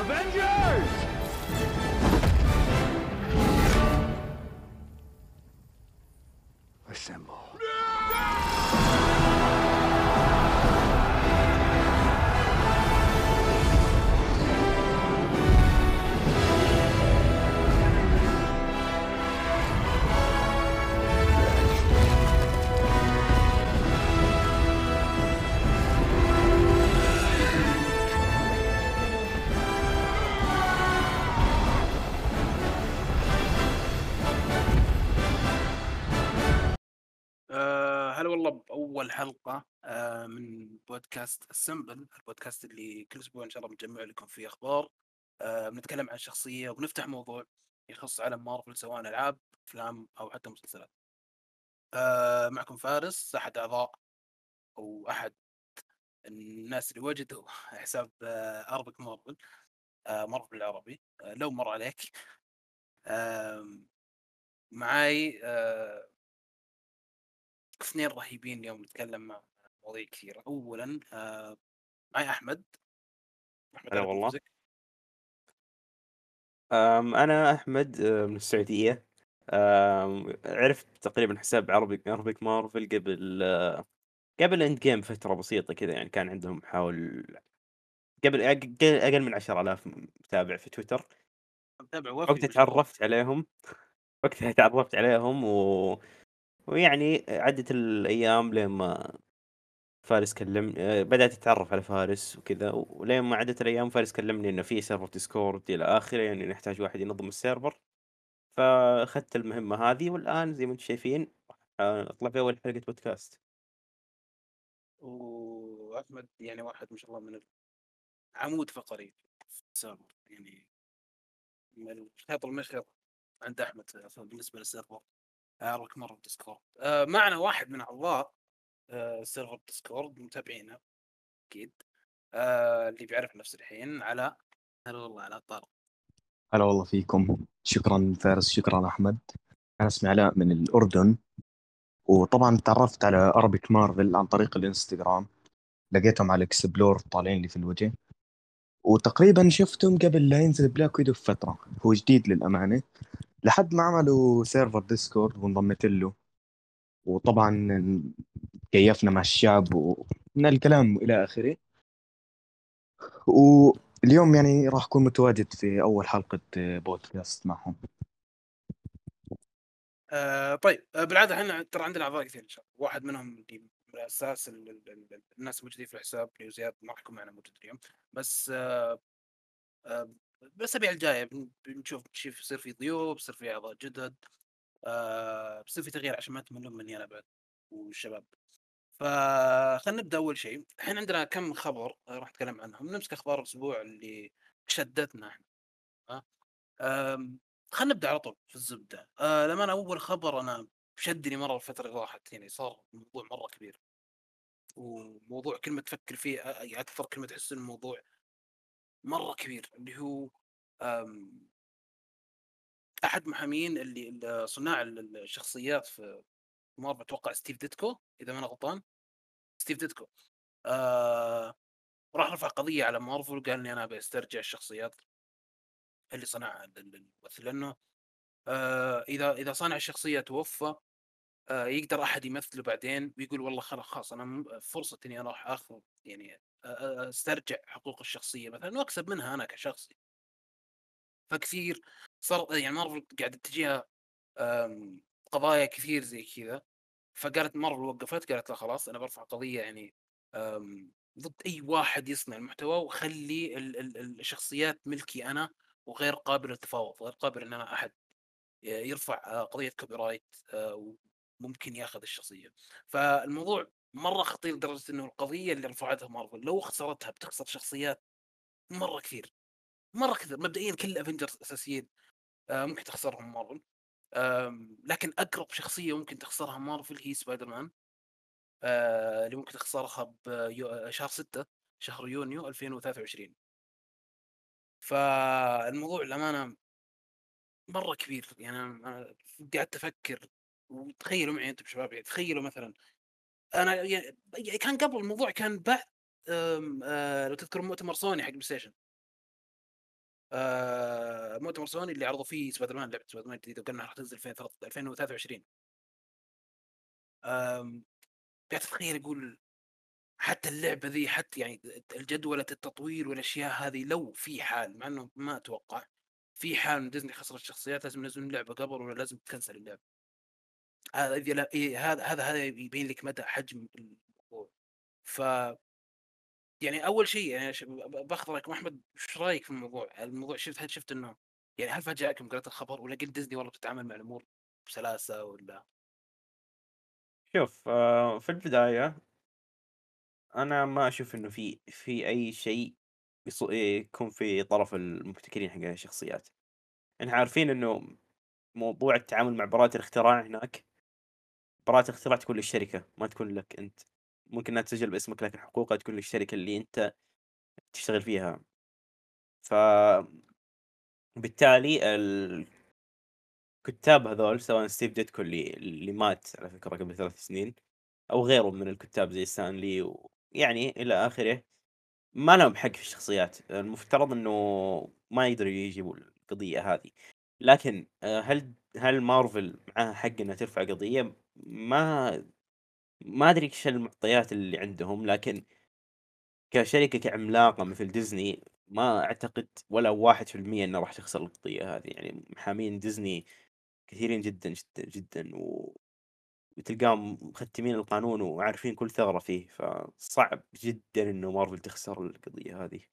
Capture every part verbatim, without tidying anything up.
Avengers! Assemble. آه هلا والله بأول حلقة آه من بودكاست السمبل، البودكاست اللي كل أسبوع إن شاء الله بنجمع لكم فيه أخبار. آه بنتكلم عن شخصية وبنفتح موضوع يخص عالم مارفل، سواء ألعاب، أفلام أو حتى مسلسلات. آه معكم فارس، أحد أعضاء أو أحد الناس اللي وجدوا حساب آه أربك مارفل، آه مارفل العربي. آه لو مر عليك. آه معاي آه اثنين رهيبين اليوم نتكلم عن مواضيع كثيرة. أولا آه معي أحمد. أحمد هلا عرف والله. نفسك. أم أنا أحمد، أه، من السعودية. أم عرفت تقريبا حساب عربي عربيك مارفل قبل أه، قبل إند جيم فترة بسيطة كذا، يعني كان عندهم حول قبل أق- أقل من عشرة آلاف متابع في تويتر. متابع وفي وقتها ما شاء الله. تعرفت عليهم وقتها تعرفت عليهم و... ويعني عدت الأيام لما فارس كلم أه، بدأت أتعرف على فارس وكذا، ولين ما عدت الأيام فارس كلمني إنه في سيرفر ديسكورد إلى آخره، يعني نحتاج واحد ينظم السيرفر. فأخذت المهمة هذه، والآن زي ما أنتم شايفين آآ أطلع في أول حلقة بودكاست. وأحمد يعني واحد ما شاء الله من عمود فقري في السيرفر، يعني من الخيط المشهر عند أحمد بالنسبة للسيرفر. أعرفك مرة بديسكورد. آه معنا واحد من أعضاء آه سيرفر ديسكورد متابعينا أكيد، آه اللي بيعرف نفسه الحين، علاء. هلا والله علاء طارق. هلا والله فيكم. شكرا فارس، شكرا أحمد. أنا اسمي علاء من الأردن، وطبعا تعرفت على أربك مارفل عن طريق الإنستغرام. لقيتهم على الإكسبلور طالعين لي في الوجه، وتقريبا شفتهم قبل لا ينزل بلاك ويدو بفترة. هو جديد للأمانة، لحد ما عملوا سيرفر ديسكورد وانضميت له. وطبعا كيفنا مع الشعب ومن الكلام إلى آخره. واليوم يعني راح أكون متواجد في أول حلقة بودكاست معهم. آه طيب، آه بالعاده احنا ترى عندنا اعضاء كثير ان شاء الله. واحد منهم اللي من اساس ال- ال- ال- الناس الموجودين في الحساب اللي هو زياد ما راح يكون معنا موجود اليوم. بس آه آه بالاسابيع الجايه بن- بنشوف شوف يصير في ضيوف، يصير في اعضاء جدد، آه بيصير في تغيير عشان ما تملون مني انا بعد والشباب. فخلينا نبدا. اول شيء الحين عندنا كم خبر آه راح نتكلم عنهم، نمسك اخبار الاسبوع اللي شدتنا احنا. ها آم، خلينا نبدا على طول في الزبده. آه لما انا اول خبر انا شدني مره الفتره اللي راحت، يعني صار موضوع مره كبير، وموضوع كل ما تفكر فيه آه، يعني اكثر كل ما تحس إن الموضوع مره كبير، اللي هو آم، احد محامين اللي اللي صناع ال- ال- الشخصيات في مارفل، اتوقع ستيف ديتكو اذا ما انا غلطان. ستيف ديتكو آه راح رفع قضيه على مارفل، قال اني انا بسترجع الشخصيات اللي صنعها ال- ال- الممثل، لانه آه اذا اذا صانع الشخصيه توفى آه يقدر احد يمثله بعدين ويقول والله خلاص خلاص انا م- فرصه اني انا راح اخذ، يعني آه، آه، استرجع حقوق الشخصيه مثلا واكسب منها انا كشخصي. فكثير صار يعني مارفل قاعده تجيها آم، قضايا كثير زي كذا. فقالت مارفل وقفت، قالت لا خلاص انا برفع قضيه، يعني آم، ضد اي واحد يصنع المحتوى وخلي ال- ال- الشخصيات ملكي انا، وغير قابل للتفاوض، غير قابل ان انا احد يرفع آه، قضيه كوبي رايت آه، وممكن ياخذ الشخصيه. فالموضوع مره خطير لدرجه انه القضيه اللي رفعتها مارفل لو خسرتها بتخسر شخصيات مره كثير، مره كثير. مبدئيا كل الافنجرز الاساسيين آه، ممكن تخسرهم مارفل. آم، لكن اقرب شخصيه ممكن تخسرها مارفل هي سبايدر مان، آه، اللي ممكن تخسرها بشهر ستة، شهر يونيو ألفين وثلاثة وعشرين. فالموضوع الامانه مره كبير. يعني أنا قعدت افكر، وتخيلوا معي انتم شباب، يعني تخيلوا مثلا انا يعني يعني كان قبل الموضوع كان بعد آم، آه لو تذكرون مؤتمر سوني حق بلاي ستيشن، آه مؤتمر سوني اللي عرضوا فيه سبايدر مان، لعبه سبايدر مان الجديده، وقالنا راح تنزل في ألفين وثلاثة وعشرين. آم، قاعد تتخيل يقول حتى اللعبه ذي، حتى يعني الجدولة التطوير والاشياء هذه، لو في حال، مع انه ما اتوقع في حال ان ديزني خسرت الشخصيات لازم ينزلون اللعبه قبل، ولا لازم تكنسل اللعبه. هذا إذا لا- إيه، هذا هذا هذا يبين لك مدى حجم الموضوع. ف يعني اول شيء يعني ش- ب- باخذ رايكم احمد، ايش رايك في الموضوع؟ الموضوع شفت هل شفت انه يعني هل فاجأكم قرأت الخبر، ولا قلت ديزني والله بتتعامل مع الامور بسلاسه، ولا؟ شوف، آه، في البداية أنا ما أشوف إنه في في أي شيء يص- يكون في طرف المبتكرين حق الشخصيات. إحنا عارفين إنه موضوع التعامل مع براءة الاختراع هناك، براءة الاختراع تكون للشركة ما تكون لك أنت. ممكن إنها تسجل باسمك لكن حقوقها تكون للشركة اللي أنت تشتغل فيها. فبالتالي الكتاب هذول، سواء ستيف ديتكو اللي اللي مات على فكرة قبل ثلاث سنين، أو غيره من الكتاب زي ستانلي ويعني إلى آخره، ما لهم حق في الشخصيات. المفترض إنه ما يقدروا يجيبوا القضية هذه. لكن آه، هل هل مارفل معاها حق إنها ترفع قضية؟ ما ما أدري إيش المعطيات اللي عندهم، لكن كشركة كعملاقة مثل ديزني ما أعتقد ولا واحد في المية إنه راح تخسر القضية هذه. يعني محامين ديزني كثيرين جدا جدا جدا، و... وتلقاهم مختمين القانون وعارفين كل ثغرة فيه، فصعب جدا إنه مارفل تخسر القضية هذه.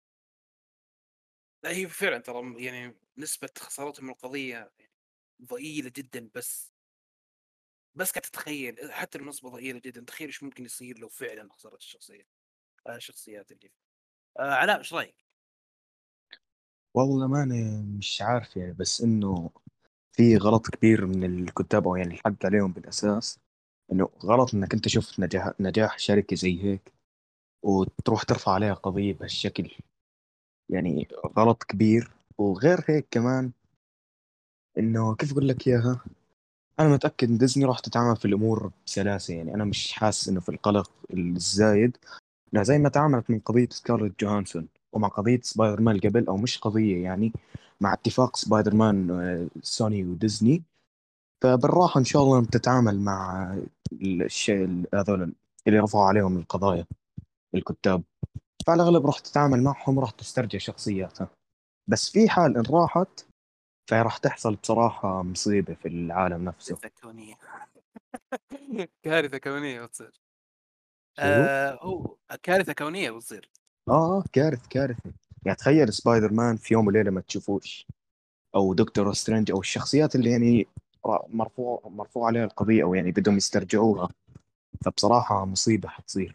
لا هي فعلا ترى يعني نسبه خسارتهم من القضيه يعني ضئيله جدا، بس بس قاعد تتخيل حتى لو نسبه ضئيله جدا، تخيل ايش ممكن يصير لو فعلا خسرت الشخصيه، آه، الشخصيات اللي آه علاء ايش رايك؟ والله ما أنا مش عارف يعني، بس إنه في غلط كبير من الكتاب، أو يعني الحق عليهم بالأساس. إنه غلط إنك أنت شفت نجاح نجاح شركة زي هيك وتروح ترفع عليها قضية بهالشكل. يعني غلط كبير. وغير هيك كمان، إنه كيف أقول لك إياها، أنا متأكد إن ديزني راح تتعامل في الأمور بسلاسة. يعني أنا مش حاسس إنه في القلق الزايد. لا، زي ما تعاملت من قضية سكارلت جوهانسون ومع قضية سبايدر مان قبل، أو مش قضية يعني، مع اتفاق سبايدر مان آه، سوني وديزني. فبالراحة إن شاء الله بتتعامل مع الشيء هذول اللي رفعوا عليهم القضايا، الكتاب. فعلى الأغلب راح تتعامل معهم وراح تسترجع شخصياتها. بس في حال إن راحت، فراح تحصل بصراحة مصيبة في العالم نفسه. كارثه كونيه. كارثه كونيه بتصير. شو؟ آه هو كارثه كونيه بتصير. آه آه، كارث كارثة. يعني تخيل سبايدر مان في يوم وليلة ما تشوفوش، او دكتور سترينج، او الشخصيات اللي يعني مرفوع مرفوع عليها القضيه، او يعني بدهم يسترجعوها. فبصراحه مصيبه حتصير.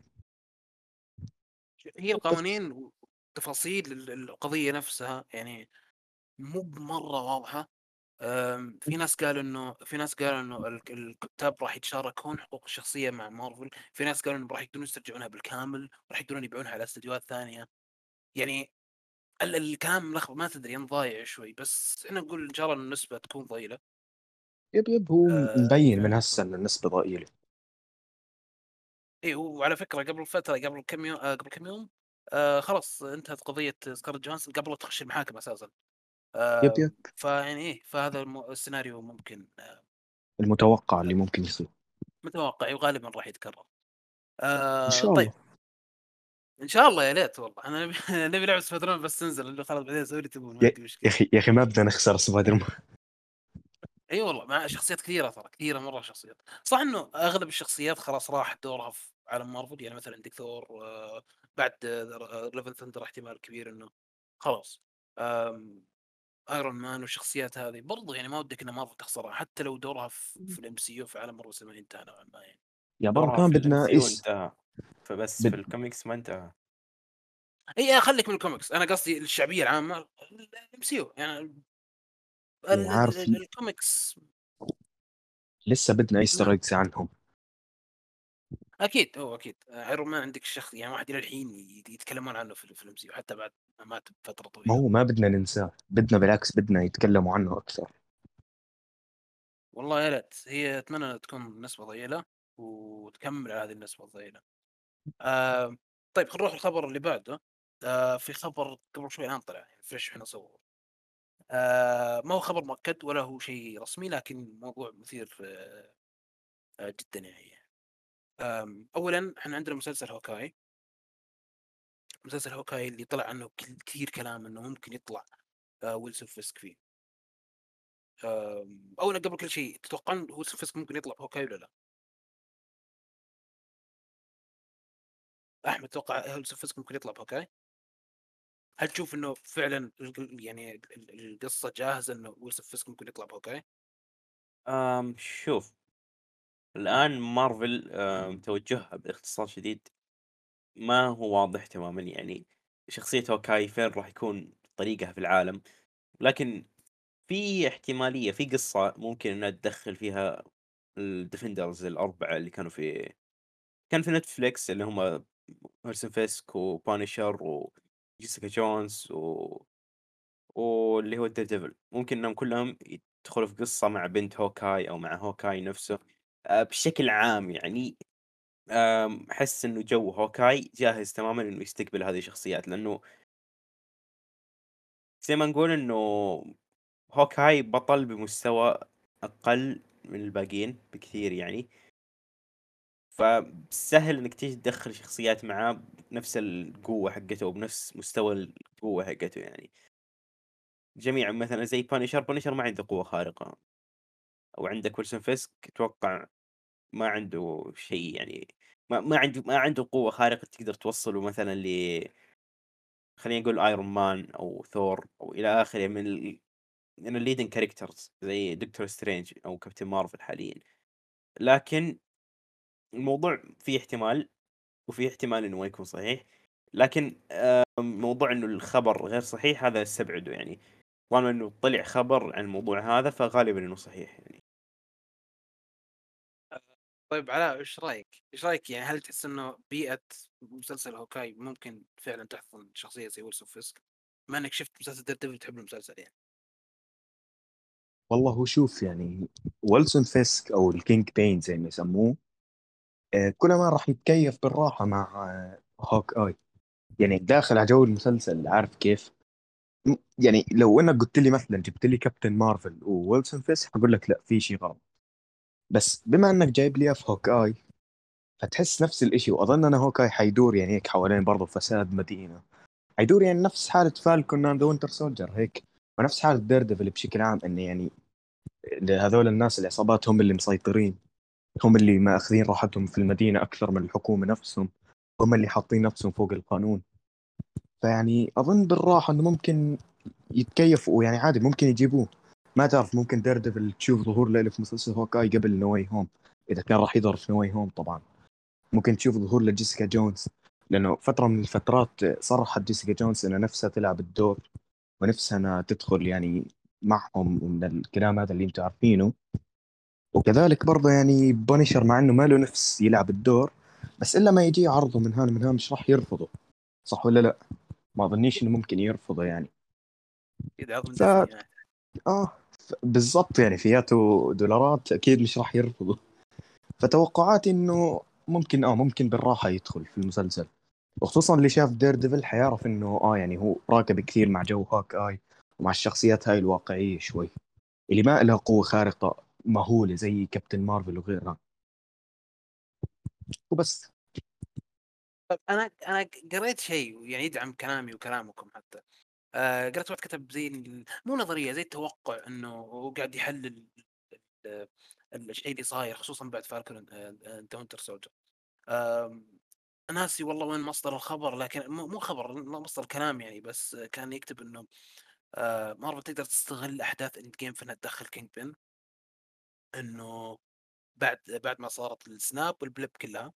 هي بس القوانين وتفاصيل ال- القضيه نفسها يعني مو بمره واضحه. أم، في ناس قالوا انه في ناس قالوا انه ال- الكتاب راح يتشاركون حقوق الشخصيه مع مارفل، في ناس قالوا انه راح يقدرون يسترجعونها بالكامل، راح يقدرون يبيعونها على استديوهات ثانيه. يعني ال- الكلام ملخبط، ما تدري، انا ضايع شوي، بس انا نقول ان شاء الله إن النسبه تكون ضئيله. يب يب هو أه مبين من فعلا. هسه ان النسبه ضئيله. اي، وعلى فكره قبل فتره، قبل كم يوم، آه قبل كم يوم، آه خلاص انتهت قضيه سكارلت جوهانسون قبل لا تخش المحاكم اساسا. يب آه يب فيعني ايه، فهذا الم- السيناريو ممكن، آه المتوقع اللي ممكن يصير. متوقع وغالبا راح يتكرر. ان آه شاء طيب، الله. ان شاء الله، يا ليت والله انا نبي نبي لعبه سبايدر مان بس تنزل، اللي خلاص بعدين سوي اللي تبون، ما يا عندي يا مشكله. اخي يا اخي ما بدنا نخسر سبايدر مان. اي والله، مع شخصيات كثيره، ترى كثيره مره شخصيات. صح انه اغلب الشخصيات خلاص راح دورها في عالم مارفل، يعني مثلا عندك ثور، آه بعد ليفل ثندر احتمال كبير انه خلاص. آم، ايرون مان والشخصيات هذه برضو، يعني ما ودك ان مارفل تخسرها، حتى لو دورها في, في الام سي يو في عالم مارفل سينما انتهى نوعا ما يعني. يا برضه دورها كمان في الام بدنا سي يو إيش. انتهى، فبس في بد... الكوميكس ما انتهى. اي خليك من الكوميكس، انا قصدي الشعبيه العامه، الام سي يو يعني يعني ال- ال- عارف، ال- الكوميكس. لسه بدنا ايستر ما ايجز عنهم. اكيد، هو اكيد ايرون مان عندك الشخص يعني واحد الى الحين ي- يتكلمون عنه في الفيلم سي، حتى بعد ما مات بفتره ما طويله. هو ما بدنا ننساه، بدنا بالعكس بدنا يتكلموا عنه اكثر. والله يا ليت، هي اتمنى تكون نسبه ضئيله وتكمل على هذه النسبه الضئيله. آه طيب خلينا نروح الخبر اللي بعده. آه في خبر قبل شوي الان طلع يعني فريش احنا نصور. آه ما هو خبر مؤكد ولا هو شيء رسمي، لكن موضوع مثير آه آه جدا يعني. آم، اولا احنا عندنا مسلسل هوكاي. مسلسل هوكاي اللي طلع عنه كل- كثير كلام انه ممكن يطلع آه ويلسون فيسك فيه. آم، اولا قبل كل شيء، تتوقعون ويلسون فيسك ممكن يطلع بهوكاي ولا لا؟ احمد، تتوقع ويلسون فيسك ممكن يطلع بهوكاي؟ هل تشوف انه فعلا الق- يعني ال- ال- القصه جاهزه انه ويلسون فيسك ممكن يطلع بهوكاي؟ آم شوف، الآن مارفل آم توجهها باختصار شديد ما هو واضح تماما. يعني شخصية هوكاي فين راح يكون طريقها في العالم، لكن في احتمالية في قصة ممكن انها تدخل فيها الديفندرز الأربعة اللي كانوا في كان في نتفليكس، اللي هم هيرسون فيسك وبانيشر وجيسيكا جونز و... واللي هو الدير ديفل. ممكن انهم كلهم يدخلوا في قصة مع بنت هوكاي او مع هوكاي نفسه. آه، بشكل عام يعني آم، احس انه جو هوكاي جاهز تماما انه يستقبل هذه الشخصيات، لانه زي ما نقول انه هوكاي بطل بمستوى اقل من الباقيين بكثير يعني. فسهل انك تيجي تدخل شخصيات معاه بنفس القوة حقته وبنفس مستوى القوة حقته يعني. جميعا مثلا زي بانيشر بانيشر ما عنده قوة خارقة، او عندك ويلسون فيسك اتوقع ما عنده شيء يعني. ما ما عنده ما عنده قوة خارقة تقدر توصله مثلا ل خلينا نقول ايرون مان او ثور او الى اخره من ال... من الليدنج كاركترز زي دكتور سترينج او كابتن مارفل حاليا. لكن الموضوع فيه احتمال، وفي احتمال انه ما يكون صحيح. لكن آه، موضوع انه الخبر غير صحيح هذا استبعده يعني. طالما انه طلع خبر عن الموضوع هذا فغالبا انه صحيح يعني. طيب علاء، ايش رايك؟ ايش رايك يعني، هل تحس انه بيئه مسلسل هوكاي ممكن فعلا تحضن شخصيه زي ويلسون فيسك؟ بما انك شفت مسلسل دير ديفل تحب المسلسل يعني. والله هو شوف يعني ويلسون فيسك او الكينج بين زي ما يسموه، آه، كل ما راح يتكيف بالراحه مع آه، هوك اي. يعني داخل على جو المسلسل، عارف كيف؟ م- يعني لو انك قلت لي مثلا جبت لي كابتن مارفل وويلسون فيسك حقول لك لا، في شيء غلط. بس بما انك جايب لي في هوك اي، فتحس نفس الاشي. واظن انا هوكاي حيدور يعني هيك حوالين برضه فساد مدينه، حيدور يعني نفس حاله فالكون اند ذا وينتر سولجر هيك، ونفس حاله ديردevil بشكل عام. انه يعني هذول الناس العصابات هم اللي مسيطرين، هم اللي ماخذين راحتهم في المدينه اكثر من الحكومه نفسهم، هم اللي حاطين نفسهم فوق القانون. فيعني اظن بالراحه انه ممكن يتكيفوا، يعني عادي ممكن يجيبوه. ما تعرف، ممكن ديردevil تشوف ظهور له في مسلسل هوكاي قبل نو واي هوم، اذا كان راح يظهر في نو واي هوم طبعا. ممكن تشوف ظهور لجيسيكا جونز، لانه فتره من الفترات صرحت جيسيكا جونز انها نفسها تلعب الدور، ونفسها انها تدخل يعني معهم، ومن الكلام هذا اللي انتم عارفينه. وكذلك برضه يعني بونيشر، مع انه ما له نفس يلعب الدور، بس الا ما يجي عرضه من هان من هان مش راح يرفضه. صح ولا لا؟ ما اظنيش انه ممكن يرفضه يعني. اذا عضو ف ديزني يعني. اه ف- بالضبط، يعني فياته دولارات اكيد مش راح يرفضه. فتوقعاتي انه ممكن اه ممكن بالراحه يدخل في المسلسل. وخصوصا اللي شاف دير ديفل حيعرف انه اه يعني هو راكب كثير مع جو هوك اي، ومع الشخصيات هاي الواقعيه شوي، اللي ما لها قوه خارقه مهوله زي كابتن مارفل وغيرها. وبس. طيب انا انا قريت شيء يعني يدعم كلامي وكلامكم حتى. آه قريت واحد كتب زي ال- مو نظريه، زي التوقع، انه هو قاعد يحلل ال- ال- الشيء اللي صاير خصوصا بعد فالكون انت وينتر سولجر. ناسي والله وين مصدر الخبر، لكن مو مو خبر، مصدر الكلام يعني. بس كان يكتب انه آه مارفل تقدر تستغل احداث اند جيم في انها تدخل كينج بين. انه بعد بعد ما صارت السناب والبلب كلها،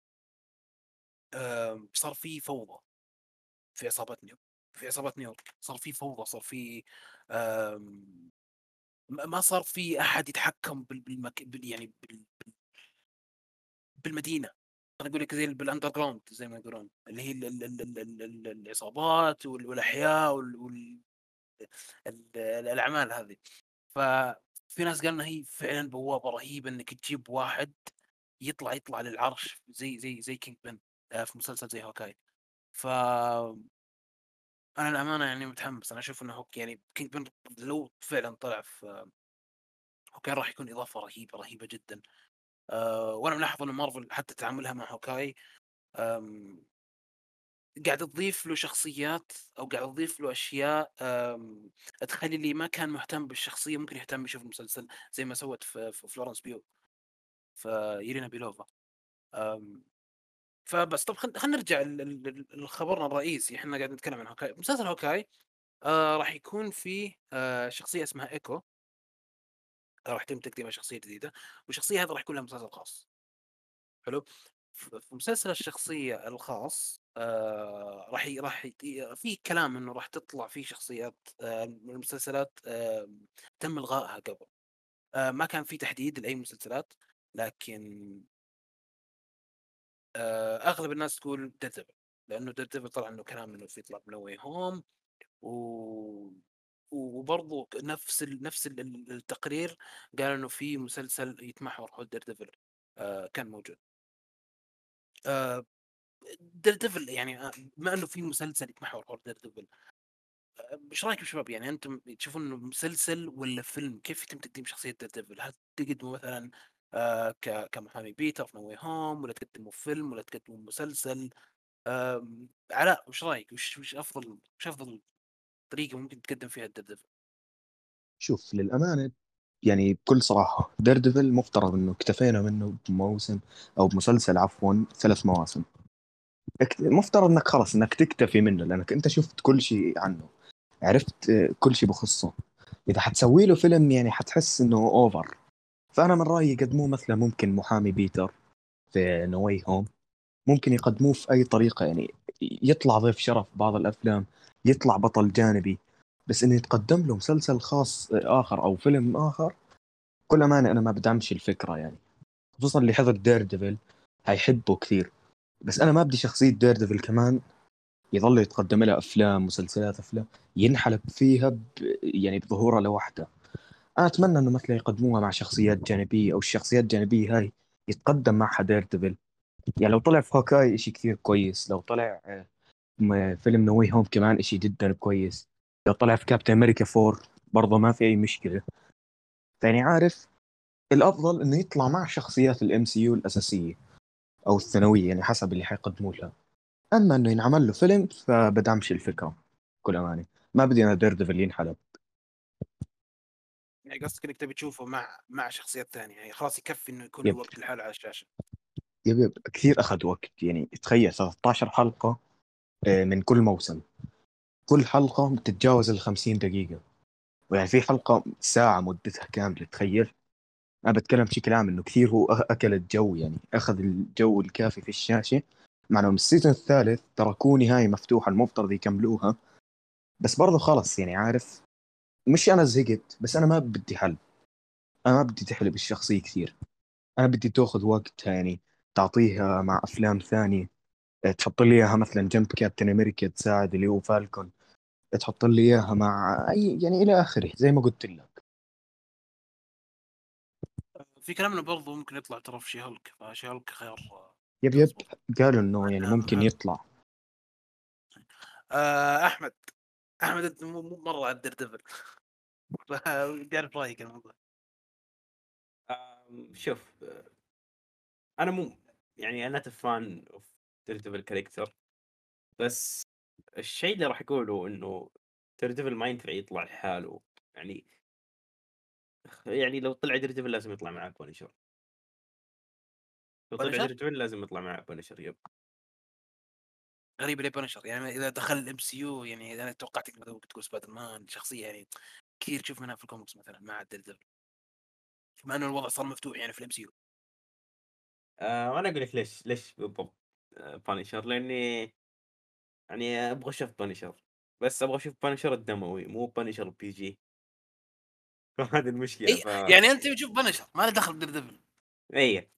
آه صار في فوضى في عصابات نيويورك. في عصابات نيويورك صار في فوضى، صار في آم، ما صار في احد يتحكم بال بالمك... بال يعني بال... بالمدينه. انا اقول لك زي بالاندر جراوند، زي ما يقولون، اللي هي ال... ال... ال... ال... ال... ال- العصابات وال... والاحياء وال... وال... ال... الاعمال هذه. ففي ناس قالوا انها هي فعلا بوابه رهيبه انك تجيب واحد يطلع يطلع للعرش زي زي زي كينج بن في مسلسل زي هوكاي. ف انا الامانه يعني متحمس. انا اشوف انه هوك يعني كينج بن لو فعلا طلع في هوكاي راح يكون اضافه رهيبه رهيبه جدا. أه وانا ملاحظ انه مارفل حتى تعاملها مع هوكاي أم، قاعد تضيف له شخصيات او قاعد تضيف له اشياء أم، تخلي اللي ما كان مهتم بالشخصيه ممكن يهتم يشوف المسلسل، زي ما سوت في في فلورنس بيو في يرينا بيلوفا. أم، فبس طب خلينا نرجع ل- ل- ل- لخبرنا الرئيسي. احنا قاعد نتكلم عن هوكاي. مسلسل هوكاي آه راح يكون فيه آه شخصيه اسمها ايكو، راح يتم تقديمها شخصيه جديده، والشخصيه هذه راح يكون لها مسلسل خاص. حلو. ف- في مسلسل الشخصيه الخاص آه راح ي- راح ي- في كلام انه راح تطلع فيه شخصيات آه من المسلسلات آه تم الغائها قبل. آه ما كان في تحديد لاي مسلسلات، لكن آه اغلب الناس تقول ديدبل، لانه ديدبل طلع انه كلام انه في يطلع من واي هوم. و وبرضه نفس ال... نفس ال- ال- التقرير قال انه في مسلسل يتمحور حول دير ديفل آه كان موجود. آه دير ديفل يعني آه، بما انه في مسلسل يتمحور حول دير ديفل، آه، ايش رايكم شباب؟ يعني انتم تشوفون انه مسلسل ولا فيلم؟ كيف يتم تقديم شخصيه دير ديفل؟ هل تقدموا مثلا آه ك... كمحامي بيتر في نوي هوم، ولا تقدموا فيلم، ولا تقدموا مسلسل؟ آه علاء وش رايك؟ وش وش افضل وش افضل طريقه ممكن تقدم فيها دير ديفل؟ شوف للأمانة، يعني بكل صراحة ديردevil مفترض إنه اكتفينا منه بموسم أو بمسلسل، عفوا ثلاث مواسم. اكت- مفترض إنك خلاص إنك تكتفي منه، لأنك أنت شفت كل شيء عنه، عرفت آه، كل شيء بخصه. إذا حتسوي له فيلم يعني حتحس إنه أوفر. فأنا من رأيي يقدموه مثلا ممكن محامي بيتر في نوي هوم، ممكن يقدموه في أي طريقة يعني. يطلع ضيف شرف بعض الأفلام، يطلع بطل جانبي، بس إنه يتقدم له مسلسل خاص آخر أو فيلم آخر، كل أمانة أنا ما بدعمش الفكرة يعني. خصوصا اللي حضر دير ديفل هيحبه كثير، بس أنا ما بدي شخصية دير ديفل كمان يظل يتقدم لها أفلام مسلسلات أفلام ينحلب فيها ب... يعني بظهورها لوحده. أنا أتمنى إنه مثلا يقدموها مع شخصيات جانبية، أو الشخصيات الجانبية هاي يتقدم معها دير ديفل. يعني لو طلع في هوكاي إشي كثير كويس، لو طلع آه، م- فيلم نوي هوم كمان إشي جدا كويس، لو طلع في كابتن أمريكا فور برضه ما في أي مشكلة. يعني عارف، الافضل انه يطلع مع شخصيات الام سي يو الاساسيه او الثانويه، يعني حسب اللي حيقدموا لها. اما انه ينعمل له فيلم فبدعمش الفكره، كل امانه. ما بدي انا دير ديفل ينحلب. يعني قصدك انك تبي تشوفه مع مع شخصيات ثانيه، يعني خلاص يكفي انه يكون له يب وقت لحاله على الشاشه. يب, يب. كثير اخذ وقت، يعني تخيل ثلاثة عشر حلقه آه، من كل موسم، كل حلقه بتتجاوز ال خمسين دقيقه، ويعني في حلقه ساعه مدتها كامله، تخيل. انا بتكلم بشكل عام انه كثير هو أخ- اكل الجو، يعني اخذ الجو الكافي في الشاشه. مع انه السيزون الثالث تركوا نهايه مفتوحه المفترض يكملوها، بس برضه خلص يعني عارف. مش انا زهقت، بس انا ما بدي حل. انا ما بدي تحلب الشخصيه كثير، انا بدي تاخذ وقتها يعني، تعطيها مع افلام ثانيه. اه، تحط لي اياها مثلا جنب كابتن امريكا تساعد اللي هو فالكون، تحط لي اياها مع اي يعني الى اخره زي ما قلت لك. في كلام انه برضه ممكن يطلع ترى في شي هولك، فشي هولك خيار آه، يب يب. ممتاز برضه. قالوا انه يعني انا ممكن حلو. يطلع. آه احمد، احمد انت مو مو مره على الدير ديفل بدي اعرف رايك الموضوع. آم، شوف، آه، انا مو يعني انا فان اوف ديفل كاركتر، بس الشيء اللي راح اقوله انه ديفل ما ينفع يطلع لحاله. يعني يعني لو طلع ديفل لازم يطلع معاه بونشر. لو طلع بنشر ديفل لازم يطلع معاه بونشر. يب. غريب ليه بنشر؟ يعني اذا دخل الام سي يو يعني انا توقعتك مثلا تقول سبايدر مان، شخصيه يعني كثير تشوف منها في الكوميكس مثلا مع الدير ديفل، بما انه الوضع صار مفتوح يعني في الام سي يو. آه وانا اقول لك ليش ليش بالضبط بانشر. لاني يعني ابغى اشوف بانشر، بس ابغى اشوف بانشر الدموي، مو بانشر بي جي. فهذه المشكله. اي ف يعني انت بتشوف بنشر ما له دخل بدير ديفل؟ اي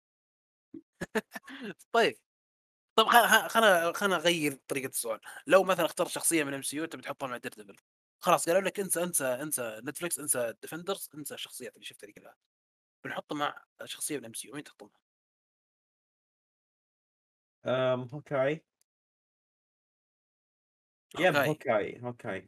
طيب. طب خلنا خلنا خلنا اغير طريقه السؤال. لو مثلا اخترت شخصيه من ام سي يو تبي تحطها مع دير ديفل، خلاص قالوا لك انسى انسى انسى نتفلكس، انسى ديفندرز، انسى الشخصيات اللي شفتها دي كلها، بنحطه مع شخصيه من ام سي يو، وين تحطهم؟ آم، هوكاي. يب هوكاي هوكاي هوكاي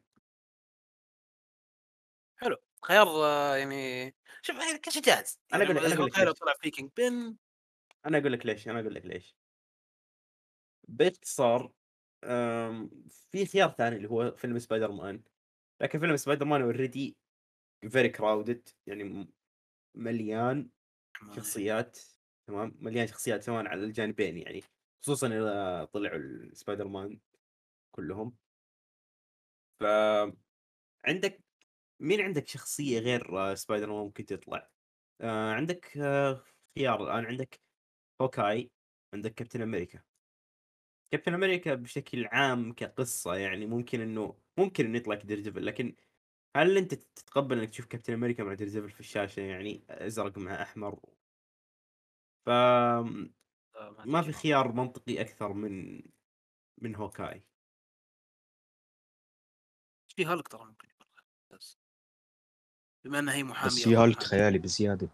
حلو خيار آه، يعني شوف يعني كل شيء جاهز انا يعني اقول انا اقول لك هوكاي لو ليش طلع فيه كينج بن. انا اقول لك ليش انا اقول لك ليش باختصار. أم، في خيار ثاني اللي هو فيلم سبايدر مان، لكن فيلم سبايدر مان اوريدي فيري كراودد، يعني م- مليان شخصيات. تمام، مليان شخصيات سواء على الجانبين يعني، خصوصا اذا طلعوا السبايدر مان كلهم. فعندك مين عندك شخصية غير آه، سبايدر مان ممكن تطلع؟ آه، عندك آه، خيار الآن. عندك هوكاي، عندك كابتن أمريكا. كابتن أمريكا بشكل عام كقصة يعني ممكن إنه ممكن إنه يطلع ديرديفل، لكن هل أنت تتقبل إنك تشوف كابتن أمريكا مع ديرديفل في الشاشة؟ يعني أزرق مع أحمر. ف ما ما تجي في معه. خيار منطقي أكثر من من هوكاي. في هالك ترى ممكن يكون بس بما انها هي بس محاميه شي وهو هالك محامي. خيالي بزيادة.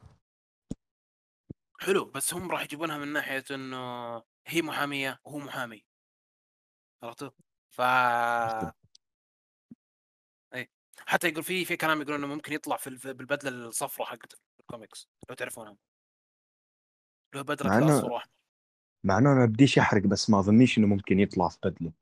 حلو بس هم راح يجيبونها من ناحيه انه هي محاميه وهو محامي، عرفتوا؟ ف اي حتى يقول في في كلام يقول انه ممكن يطلع في الف- بالبدله الصفراء حقته في الكوميكس لو تعرفونها، له بدله مع كذا انه اصفر واحمر. مع انه انا بديش احرق، بس ما اظنيش انه ممكن يطلع في بدله.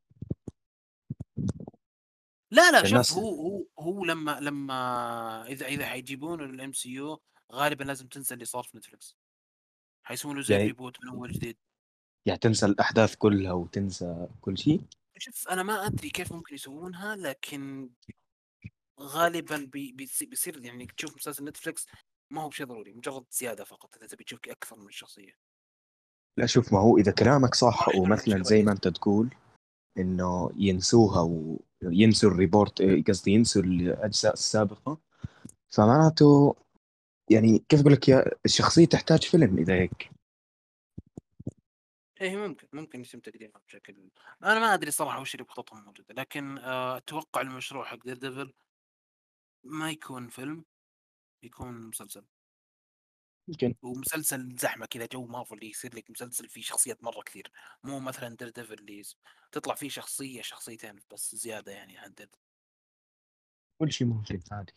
لا لا شوف الناس هو هو هو لما لما اذا اذا حيجيبون الام سي يو غالبا لازم تنسى اللي صار في نتفلكس، حيسوون له زي يعني ريبوت من اول جديد. يعني تنسى الاحداث كلها وتنسى كل شيء. شوف انا ما ادري كيف ممكن يسوونها، لكن غالبا بي بيصير, بيصير يعني تشوف مسلسل نتفلكس ما هو بشيء ضروري، مجرد زياده فقط اذا تبي تشوف اكثر من شخصيه. لا شوف، ما هو اذا كلامك ما صح راح يخلونك ومثلا شيء زي ما رئيسي. انت تقول انه ينسوها وينسوا الريبورت، إيه، قصدي ينسوا الاجزاء السابقه، فمعناته يعني كيف اقول لك، يا الشخصيه تحتاج فيلم اذا هيك. ايه ممكن ممكن يتم تقديمها بشكل، انا ما ادري صراحه وش اللي بخططهم موجوده، لكن آه، اتوقع المشروع حق دير ديفل ما يكون فيلم، يكون مسلسل. يمكن. ومسلسل زحمه كذا جو مارفل اللي يصير لك مسلسل فيه شخصيات مره كثير، مو مثلا دير ديفل اللي يس- تطلع فيه شخصيه شخصيتين بس زياده يعني عن دير. كل شيء ممكن عادي.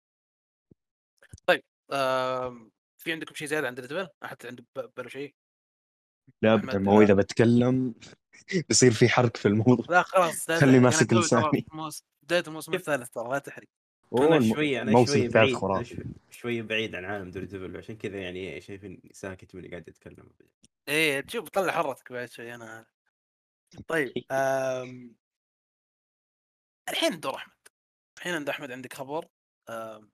طيب آم، في عندكم شيء زياده عن دير ديفل؟ احد عنده ب- باله شيء؟ لا ابدا، احمد ما هو لا. اذا بتكلم بصير في حرق في الموضوع. لا خلاص لا خلي تحرق، انا ماسك توي ترى لساني. في موس... بدايه الموسم شوف، الثالث ترى لا تحرق. انا اوه الم- شويه انا الموسم شويه الثالث بعيد انا خرافي. شوي- شويه بعيد عن عالم دور ديفل، عشان كذا يعني شايفين ساكت من اللي قاعد يتكلم. ايه تشوف طلع حرتك بعد شوي انا. طيب آم... الحين دور احمد. الحين عند احمد عندك خبر آم...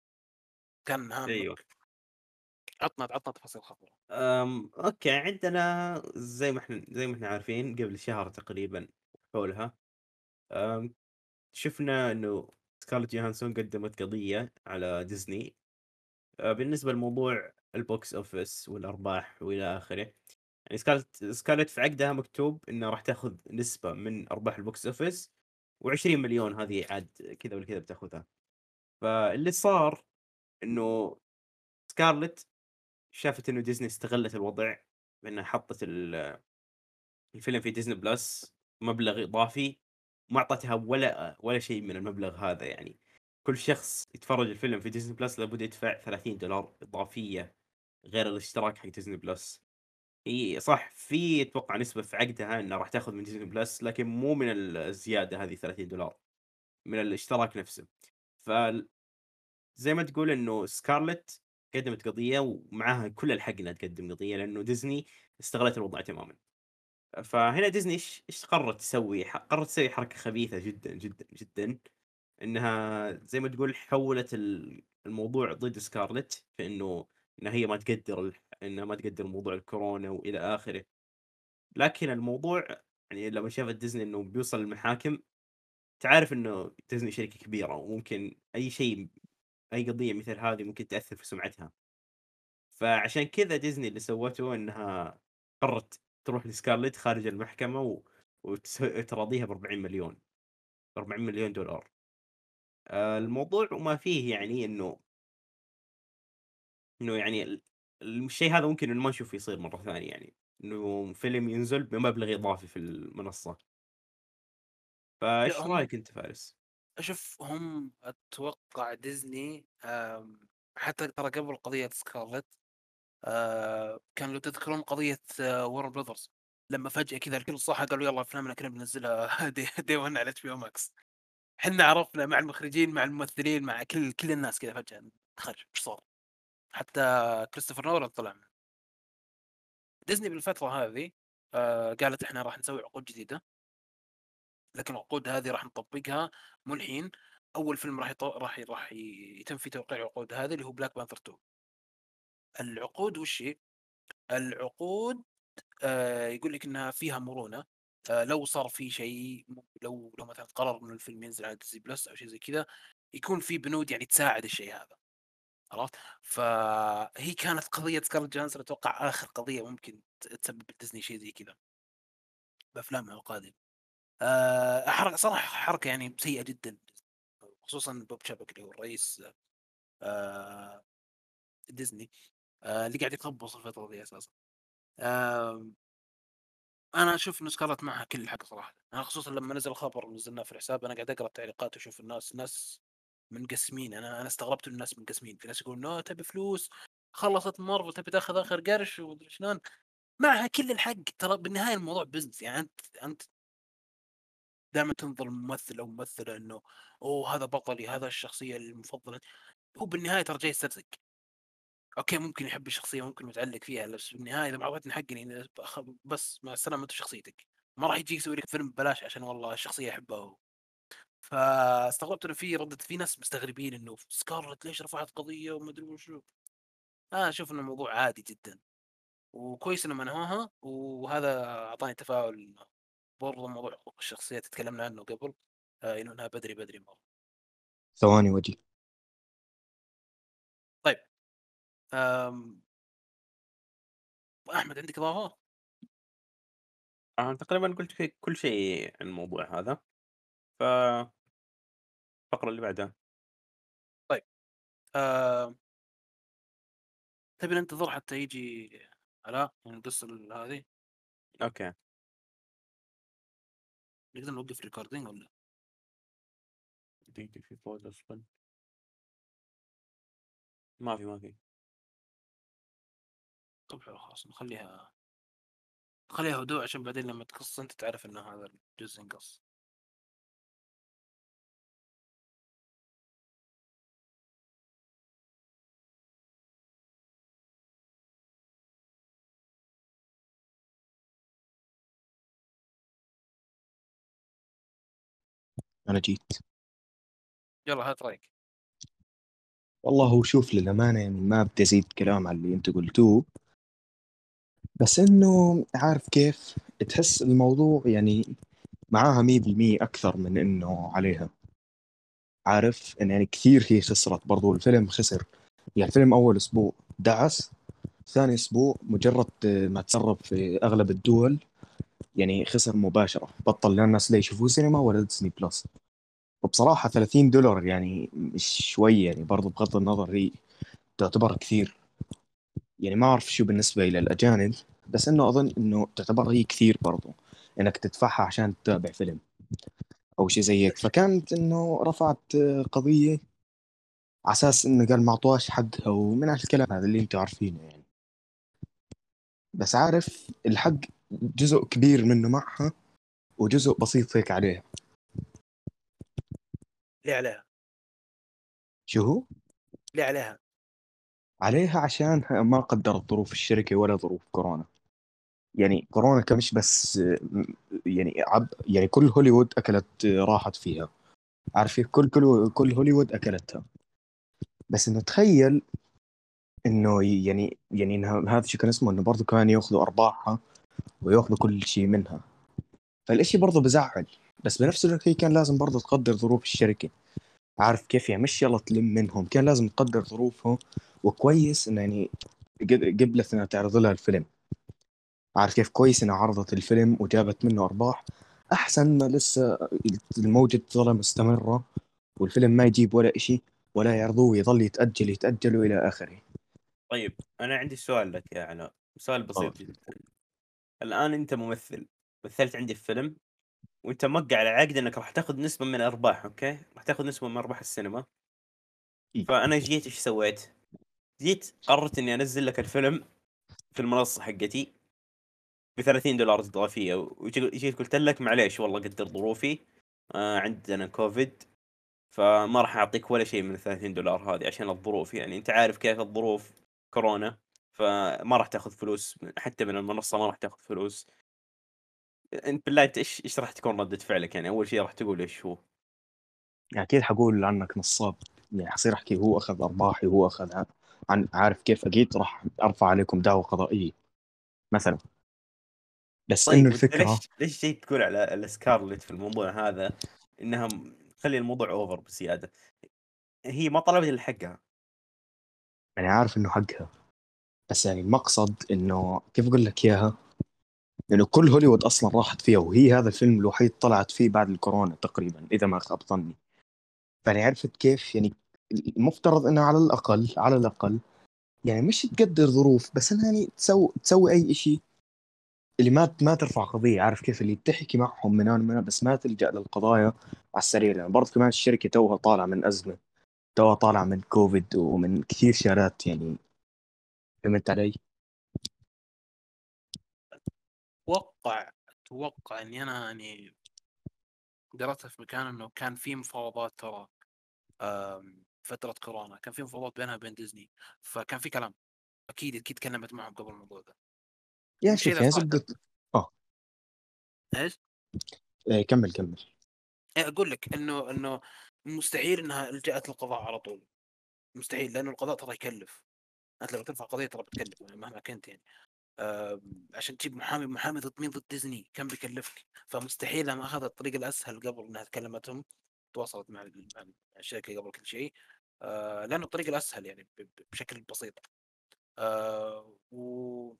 كان ايوه. هامك. عطنا عطنا تفاصيل الخبر. أم، اوكي، عندنا زي ما احنا زي ما احنا عارفين قبل شهر تقريبا حولها. أم، شفنا انه سكارلت جوهانسون قدمت قضية على ديزني أه، بالنسبة لموضوع البوكس اوفيس والارباح والى اخره. يعني سكارلت سكارلت في عقدها مكتوب انها راح تاخذ نسبة من ارباح البوكس اوفيس، و20 مليون هذه عاد كذا ولا كذا بتاخذها. فاللي صار انه سكارلت شافت انه ديزني استغلت الوضع بانها حطت ال الفيلم في ديزني بلس مبلغ إضافي، ما أعطتها ولا ولا شيء من المبلغ هذا. يعني كل شخص يتفرج الفيلم في ديزني بلس لابد يدفع ثلاثين دولار إضافية غير الاشتراك حق ديزني بلس. هي صح في اتوقع نسبة في عقدها انها راح تاخذ من ديزني بلس، لكن مو من الزيادة هذه ثلاثين دولار، من الاشتراك نفسه. فزي ما تقول انه سكارلت قدمت قضية ومعاها كل الحق انها تقدم قضية، لانه ديزني استغلت الوضع تماما. فهنا ديزني ايش ايش قررت تسوي؟ ح- قررت تسوي حركة خبيثة جدا جدا جدا، انها زي ما تقول حولت ال- الموضوع ضد سكارلت، في انه انها هي ما تقدر ال- انها ما تقدر موضوع الكورونا والى اخره. لكن الموضوع يعني لما شافت ديزني انه بيوصل المحاكم، تعرف انه ديزني شركة كبيرة وممكن اي شيء، اي قضية مثل هذه ممكن تأثر في سمعتها. فعشان كذا ديزني اللي سوته انها قررت تروح لسكارلت خارج المحكمة و... وتراضيها ب أربعين مليون، أربعين مليون دولار. آه، الموضوع وما فيه يعني انه انه يعني ال- الشيء هذا ممكن انه ما نشوف يصير مرة ثانية، يعني انه فيلم ينزل بمبلغ اضافي في المنصة. فايش لا هم رايك انت فارس؟ اشوف هم اتوقع ديزني آم، حتى ترى قبل قضيه سكارلت آه كان لو تذكرون قضيه آه ورن براذرز لما فجاه كذا الكل صح قالوا يلا افلامنا كنا بننزلها دي, دي ون على اتش بي او ماكس. احنا عرفنا مع المخرجين مع الممثلين مع كل كل الناس كذا فجاه خرج ايش صار. حتى كريستوفر نولان طلع منه. ديزني بالفتره هذه آه قالت احنا راح نسوي عقود جديده لكن العقود هذه راح نطبقها مو الحين. اول فيلم راح يطو... راح ي... راح يتم في توقيع العقود هذه اللي هو بلاك بانثر تو. العقود وش هي؟ العقود آه يقول لك انها فيها مرونه. آه لو صار في شيء لو لو مثلا قرر انه الفيلم ينزل على ديزني بلس او شيء زي كذا يكون في بنود يعني تساعد الشيء هذا. عرفت؟ فهي كانت قضيه سكارلت جانسون اتوقع اخر قضيه ممكن تسبب ديزني شيء زي كذا بافلامها القادمه. آه حركه صراحه حركه يعني سيئه جدا خصوصا بوب شابك اللي هو الرئيس آه ديزني آه اللي قاعد يخبص الفتره دي اساسا. آه انا اشوف انه سكارلت معها كل الحق صراحه. انا خصوصا لما نزل الخبر ونزلناه في الحساب انا قاعد اقرا التعليقات واشوف الناس ناس منقسمين. انا انا استغربت ان الناس منقسمين. في ناس يقولون نو تبي فلوس خلصت مارفل تبي تاخذ اخر قرش ومدري شلون. معها كل الحق ترى بالنهايه الموضوع بزنس. يعني انت انت دائما تنظر ممثل او ممثله انه اوه هذا بطلي هذا الشخصيه المفضله. هو بالنهايه ترى جاي يسترزق. اوكي ممكن يحب الشخصيه ممكن متعلق فيها بس بالنهايه اذا ما اعطيتني حقني يعني بس مع السلامه انت شخصيتك. ما راح يجي يسوي لك فيلم ببلاش عشان والله الشخصيه يحبها هو. فاستغربت انه في ردة في ناس مستغربين انه سكارلت ليش رفعت قضيه وما ادري وشو. انا اشوف انه الموضوع عادي جدا وكويس انه منهوها وهذا اعطاني تفاؤل. برضه موضوع حقوق الشخصيات تكلمنا عنه قبل آه انها بدري بدري مره. ثواني وجي. طيب آم، احمد عندك اضافه؟ انا تقريبا قلت في كل شيء عن الموضوع هذا. فالفقره اللي بعدها. طيب آه، تبي ننتظر حتى يجي علاء نقص هذه اوكي. نقدر نوقف ريكوردينج ولا؟ دقيقة في فوز اصلا. ما في ما في. طب حلو خلاص نخليها نخليها هدوء عشان بعدين لما تقص انت تعرف انه هذا الجزء انقص. انا جيت. يلا هات رايك. والله هو شوف للأمانة يعني ما بدي أزيد كلام على اللي أنت قلتوه. بس إنه عارف كيف تحس الموضوع يعني معاها مية بالمية أكثر من إنه عليها. عارف إن يعني كثير هي خسرت برضو الفيلم خسر. يعني الفيلم أول أسبوع دعس. ثاني أسبوع مجرد ما تسرب في أغلب الدول يعني خسر مباشرة بطل لا الناس لا يشوفوه سينما ولا ديزني بلس. وبصراحة ثلاثين دولار يعني مش شوي يعني برضو بغض النظر هي تعتبر كثير. يعني ما أعرف شو بالنسبة إلى الأجانب. بس إنه أظن إنه تعتبر هي كثير برضو إنك تدفعها عشان تتابع فيلم أو شيء زي هيك. فكانت إنه رفعت قضية على أساس إنه قال ما أعطوهاش حقها ومن هالكلام هذا اللي أنتم عارفينه يعني. بس عارف الحق جزء كبير منه معها وجزء بسيط هيك عليها. ليه عليها؟ شو هو؟ ليه عليها؟ عليها عشان ما قدرت ظروف الشركة ولا ظروف كورونا. يعني كورونا كمش بس يعني عب يعني كل هوليوود أكلت راحت فيها. عارف كل كل كل هوليوود أكلتها. بس إنه تخيل إنه يعني يعني إنها هذا شو كان اسمه إنه برضه كانوا ياخذوا أرباحها وياخذوا كل شيء منها. فالإشي برضه بزعل. بس بنفس الوقت هي كان لازم برضه تقدر ظروف الشركة. عارف كيف يعني مش يلا تلم منهم كان لازم تقدر ظروفهم. وكويس إنه يعني قد- قبلت إنها تعرض لها الفيلم. عارف كيف كويس إنها عرضت الفيلم وجابت منه أرباح. أحسن ما لسه الموجة تظل مستمرة والفيلم ما يجيب ولا إشي ولا يعرضوه ويظل يتأجل يتأجل إلى آخره. طيب انا عندي سؤال لك يا علاء. سؤال آه. بسيط جدا. الان انت ممثل مثلت عندي في فيلم وانت موقع على عقد انك راح تاخذ نسبه من الارباح، اوكي، راح تاخذ نسبه من ارباح السينما. إيه. فانا جيت ايش سويت؟ جيت قررت اني انزل لك الفيلم في المنصه حقتي ب ثلاثين دولار اضافيه، وجيت قلت لك معليش والله قدر ظروفي، آه عندنا كوفيد، فما راح اعطيك ولا شيء من ال ثلاثين دولار هذه عشان الظروف، يعني انت عارف كيف الظروف، كورونا، فما راح تاخذ فلوس حتى من المنصه، ما راح تاخذ فلوس. انت بالله انت ايش ايش راح تكون ردة فعلك؟ يعني اول شيء راح تقول ايش هو؟ يعني اكيد حقول عنك نصاب، يعني حصير احكي هو اخذ ارباحي وهو اخذ ع- عن عارف كيف، اكيد راح ارفع عليكم دعوة قضائية مثلا. بس انه طيب وانت الفكرة، ليش ليش جاي تقول على السكارلت في الموضوع هذا انها م- تخلي الموضوع اوفر بزياده؟ هي ما طلبت اللي حقها. يعني عارف انه حقها، بس يعني المقصد انه كيف اقول لك اياها، لانه كل هوليوود اصلا راحت فيها، وهي هذا الفيلم الوحيد طلعت فيه بعد الكورونا تقريبا اذا ما خاب ظني. فانا عرفت كيف يعني، المفترض انها على الاقل على الاقل يعني مش تقدر ظروف، بس انها يعني تسوي تسوي اي شيء اللي ما ما ترفع قضيه، عارف كيف، اللي تحكي معهم من هون من هون، بس ما تلجأ للقضايا على السريع، لان يعني برضه كمان الشركه توها طالعه من ازمه، توها طالعه من كوفيد ومن كثير شغلات يعني. فهمت علي؟ اتوقع اتوقع اني انا يعني درست في مكان انه كان في مفاوضات ترى. آم، فترة كورونا كان في مفاوضات بينها وبين ديزني، فكان في كلام. اكيد اكيد تكلمت معهم قبل الموضوع ده. يا الشيء شوف ده يا صح. زبده. اه ايش؟ إيه، كمل كمل. إيه، اقول لك انه انه مستحيل انها لجأت للقضاء على طول. مستحيل، لانه القضاء ترى يكلف. انت لما ترفع قضيه ترى بتكلف يعني مهما كنت يعني. آم، عشان تجيب محامي محامي ضد مين؟ ضد ديزني، كم بيكلفك؟ فمستحيل لما اخذت الطريق الاسهل قبل انها تكلمتهم، تواصلت مع ال- مع الشركه قبل كل شيء. آه، لانه الطريق الاسهل يعني ب- ب- بشكل بسيط. آه، و-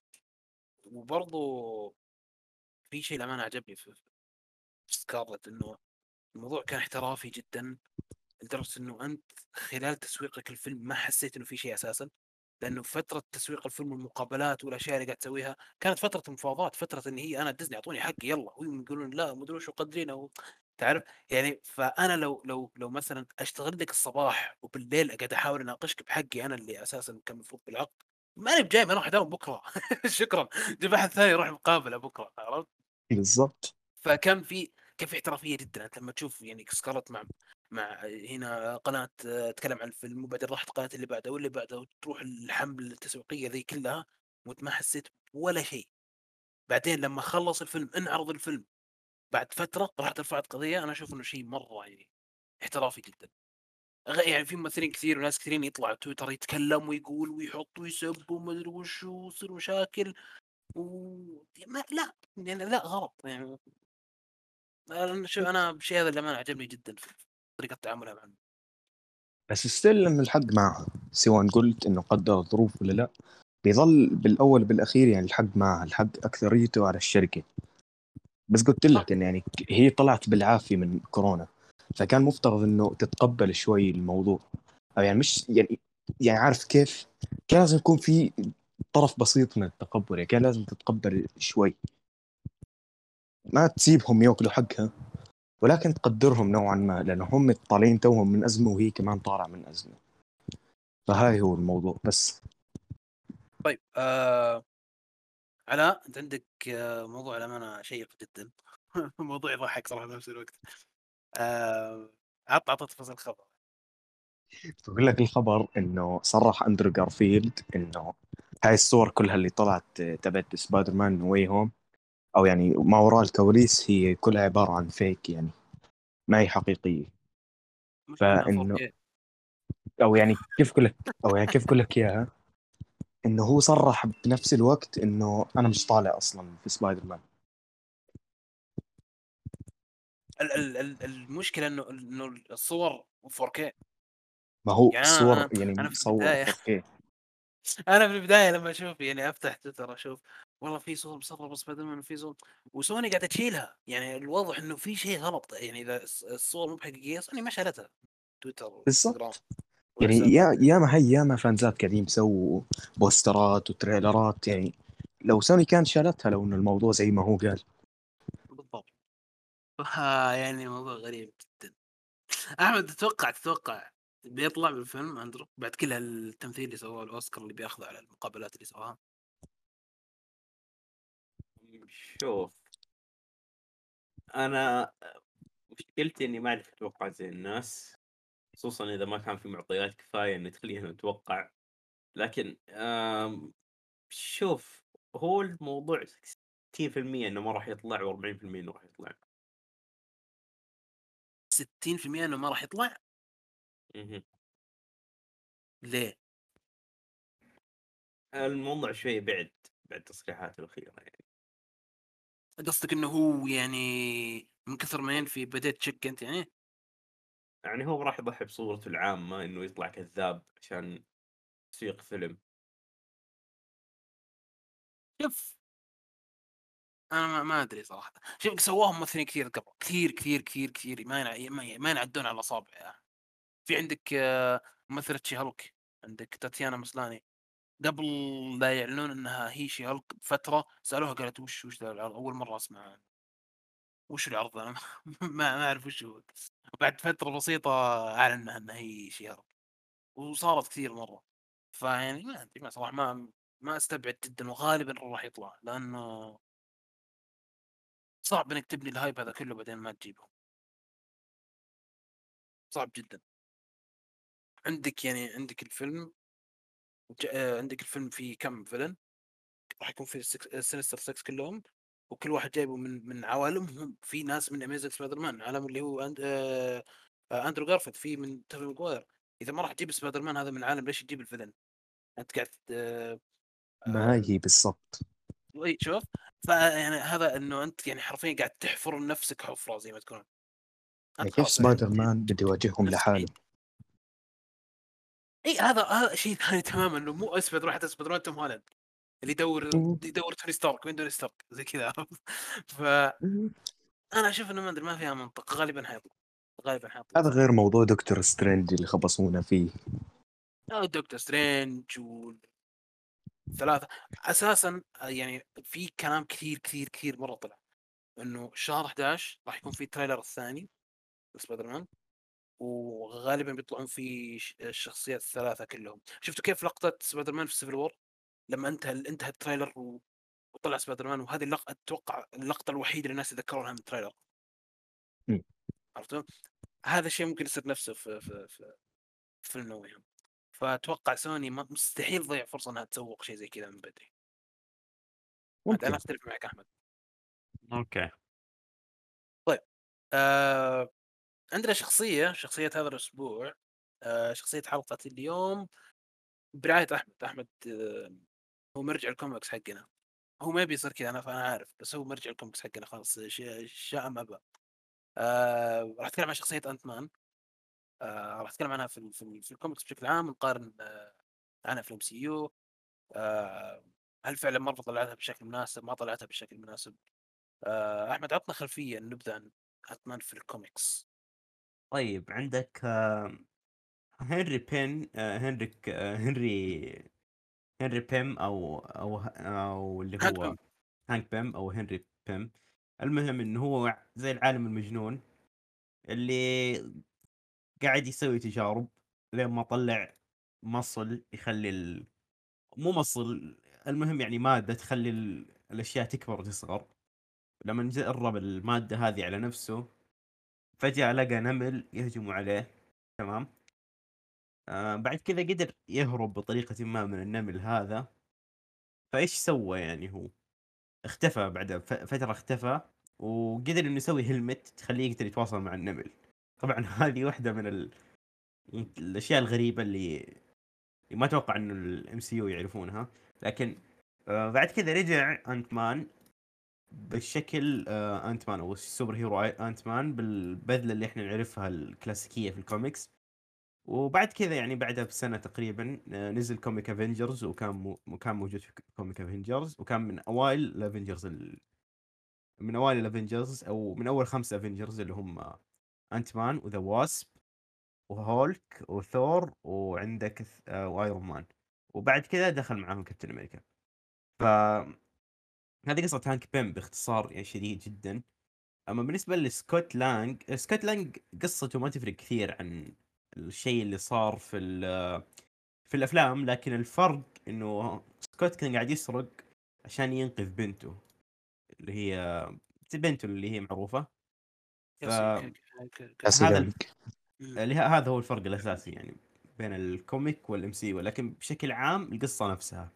وبرضه في شيء لما عجبني في في سكارلت، انه الموضوع كان احترافي جدا، لدرجه انه انت خلال تسويقك الفيلم ما حسيت انه في شيء اساسا. لانه فتره تسويق الفيلم والمقابلات والاشياء اللي قاعد تسويها كانت فتره مفاوضات، فتره ان هي انا ديزني اعطوني حقي يلا، وهم يقولون لا ما ادري وش قدرين او تعرف يعني. فانا لو لو لو مثلا اشتغل لك الصباح وبالليل اقعد احاول اناقشك بحقي انا اللي اساسا كان المفروض بالعقد، ماني بجاي ما اروح اداوم بكره. شكرا، جيب احد ثاني يروح مقابله بكره، عرفت؟ بالضبط. فكان في كان في احترافيه جدا. انت لما تشوف يعني سكارلت مع مع هنا قناه آه، تتكلم عن الفيلم، وبعدين راحت القناه اللي بعدها واللي بعدها، وتروح الحمله التسويقيه ذي كلها وانت ما حسيت ولا شيء. بعدين لما خلص الفيلم انعرض الفيلم بعد فتره راحت رفعت قضيه، انا اشوف انه شيء مره يعني احترافي جدا. غ- يعني في ممثلين كثير وناس كثيرين يطلعوا تويتر يتكلم ويقول ويحط ويسب وما ادري وش ويصير مشاكل و... ما لا يعني لا غلط يعني. انا شو انا بالشيء هذا اللي ما عجبني جدا في طريقه تعاملها معه. بس ستيل لما الحق معها، سواء قلت انه قدر الظروف ولا لا، بيظل بالاول بالاخير يعني الحق معها، الحق اكثريته على الشركه. بس قلت صح. لك إن يعني هي طلعت بالعافيه من كورونا، فكان مفترض انه تتقبل شوي الموضوع، او يعني مش يعني، يعني عارف كيف، كان لازم يكون في طرف بسيط من التقبل، يعني كان لازم تتقبل شوي، ما تسيبهم ياكلوا حقها، ولكن تقدرهم نوعا ما، لانه هم طالعين توهم من ازمه وهي كمان طالعه من ازمه. فهاي هو الموضوع بس. طيب آه... علاء، انت عندك آه... موضوع للامانه شيق جدا. موضوع يضحك صراحه بنفس الوقت. آه... عط عط تفاصيل الخبر. بقول لك الخبر انه صرح اندرو جارفيلد انه هاي الصور كلها اللي طلعت تبعت سبايدر مان واي هوم، او يعني ما وراء الكواليس، هي كلها عباره عن فيك، يعني ما هي حقيقيه. مش انها فانه فور كيه؟ او يعني كيف اقول لك، او يعني كيف اقول لك اياها، انه هو صرح بنفس الوقت انه انا مش طالع اصلا في سبايدر مان. ال- ال- ال- المشكله انه انه الصور فور كيه. ما هو يعني انا الصور انا يعني انا في مصوره البدايه. فور كيه. انا في البدايه لما اشوف يعني افتح تويتر اشوف والله في صور مسرب سبايدر مان وفي صور، وسوني قاعده تشيلها. يعني الواضح انه في شيء غلط. يعني اذا الص- الصور مو بحقيقيه سوني ما شالتها. تويتر انستغرام بالضبط. يعني والحسابات يا يعني. يا ما هي يا ما فانزات قاعدين يسووا بوسترات وتريلرات، يعني لو سوني كان شالتها، لو انه الموضوع زي ما هو قال. بالضبط. ها يعني موضوع غريب جدا. احمد تتوقع تتوقع بيطلع بالفيلم اندرو بعد كل التمثيل اللي سواه الاوسكار اللي بياخذه على المقابلات اللي سواها؟ شوف، انا مشكلتي اني ما اعرف اتوقع زي الناس، خصوصا اذا ما كان في معطيات كفايه ان تخلينا نتوقع. لكن آم، شوف، هو الموضوع ستين بالمية انه ما راح يطلع و40% انه راح يطلع. ستين بالمئة انه ما راح يطلع. مهم. ليه؟ الموضوع شوي بعد بعد تصريحاته الاخيره يعني. قصدك انه هو يعني من كثر ما ينفي بديت تشك انت يعني؟ يعني هو راح يضحي بصورته العامه انه يطلع كذاب عشان تسويق فيلم. شوف انا ما, ما ادري صراحه. شوف سواهم ممثلين كثير قبل، كثير كثير كثير كثير ما ينع... ما ما ينعدون على الاصابع يعني. في عندك آه، ممثله شي هالك، عندك تاتيانا مسلاني، قبل لا يعلنون انها هي شي هالك بفتره سالوها قالت وش وش ذا العرض، اول مره اسمع وش العرض انا ما ما اعرف وش هو. بعد فتره بسيطه اعلن انها هي شي هالك، وصارت كثير مره. فيعني ما ادري ما صراحه ما ما استبعد جدا، وغالبا راح يطلع لانه صعب انك تبني الهايب هذا كله بعدين ما تجيبه، صعب جدا. عندك يعني عندك الفيلم وج- آه، عندك الفيلم فيه كم فيلن، راح يكون في سينستر ستة كلهم، وكل واحد جايبه من من عوالمهم. في ناس من اميزنج سبايدر مان عالم اللي هو أند... آه... آه، اندرو جارفيلد، في من توبي ماجواير. اذا ما راح تجيب سبايدر مان هذا من عالم ليش تجيب الفيلن؟ انت قاعد آه... ما آه... هي بالضبط. إي، شوف. فيعني هذا انه انت يعني حرفيا قاعد تحفر لنفسك حفره زي ما تكون يعني انت كيف خلاص يعني سبايدر مان بده يواجههم نفسك لحاله؟ بعيد. اي هذا هذا شيء ثاني تماما، انه مو سبايدر مان، حتى سبايدر مان توم هولاند اللي يدور مم. يدور توني ستارك، وين توني ستارك زي كذا عرفت؟ مم. فانا اشوف انه ما ادري ما فيها منطق، غالبا حيطلع، غالبا حيطلع هذا صراحه. غير موضوع دكتور سترينج اللي خبصونا فيه. أو دكتور سترينج والثلاثه اساسا يعني في كلام كثير كثير كثير مره طلع انه شهر احد عشر راح يكون في تريلر الثاني لسبايدر مان، وغالبا بيطلعون في ش- الشخصيات الثلاثه كلهم. شفتوا كيف لقطه سبايدر مان في سيفل وور لما انتهى انتهى التريلر و- وطلع سبايدر مان، وهذه اللقطه اتوقع اللقطه الوحيده اللي الناس يتذكرونها من التريلر، مم. عرفتوا؟ هذا الشيء ممكن يصير نفسه في في في في فيلم نو واي هوم. فاتوقع سوني ما- مستحيل تضيع فرصه انها تسوق شيء زي كذا من بدري. عاد انا ممكن. اختلف معك احمد. اوكي. طيب آه عندنا شخصيه شخصيه هذا الاسبوع، آه شخصيه حلقه اليوم برعايه احمد. احمد آه هو مرجع الكوميكس حقنا، هو ما بيصير كذا انا فانا عارف، بس هو مرجع الكوميكس حقنا خلاص ش- شاء ام ابى. آه راح اتكلم عن شخصيه انت مان. آه راح اتكلم عنها في ال- في, ال- في الكوميكس بشكل عام، ونقارن آه عنها في الام سي يو. آه هل فعلا مره طلعتها بشكل مناسب، ما طلعتها بشكل مناسب؟ آه احمد عطنا خلفيه نبدا عن اتمان في الكوميكس. طيب عندك آه، هنري بين آه، هنري ك- آه، هنري هنري بيم او او او اللي هانك هو بيم. هانك بيم او هنري بيم. المهم انه هو زي العالم المجنون اللي قاعد يسوي تجارب لين ما طلع مصل يخلي ال... مو مصل، المهم يعني مادة تخلي ال... الأشياء تكبر وتصغر. لما جرب المادة هذه على نفسه فجأة لقى نمل يهجموا عليه. تمام. آه بعد كذا قدر يهرب بطريقة ما من النمل هذا. فإيش سوى يعني هو؟ اختفى بعد ف- فترة اختفى، وقدر انه يسوي هلمت تخليه يقدر يتواصل مع النمل. طبعا هذه واحدة من ال... الاشياء الغريبة اللي ما اتوقع انه الام سي يو يعرفونها. لكن آه بعد كذا رجع انت مان بالشكل آه انت مان او السوبر هيرو آي- انت مان بالبدلة اللي احنا نعرفها الكلاسيكية في الكوميكس. وبعد كذا يعني بعدها بسنة تقريبا آه، نزل كوميك افنجرز، وكان مو... كان موجود في كوميك افنجرز، وكان من اوائل الافنجرز ال... من اوائل الافنجرز او من اول خمسة افنجرز اللي هم انت مان وذا واسب وهولك وثور وعندك ث- آه، وايرون مان. وبعد كذا دخل معاهم كابتن امريكا. ف هذه قصة هانك بيم باختصار يعني شديد جدا. اما بالنسبه لسكوت لانج، سكوت لانج قصته ما تفرق كثير عن الشيء اللي صار في ال- في الافلام، لكن الفرق انه سكوت كان قاعد يسرق عشان ينقذ بنته، اللي هي بنته اللي هي معروفه. كاسي فهذا ك- ك- ك- كاسي كاسي. الف... لانك. مم. اللي ه- هذا هو الفرق الاساسي يعني بين الكوميك والام سي، ولكن بشكل عام القصه نفسها.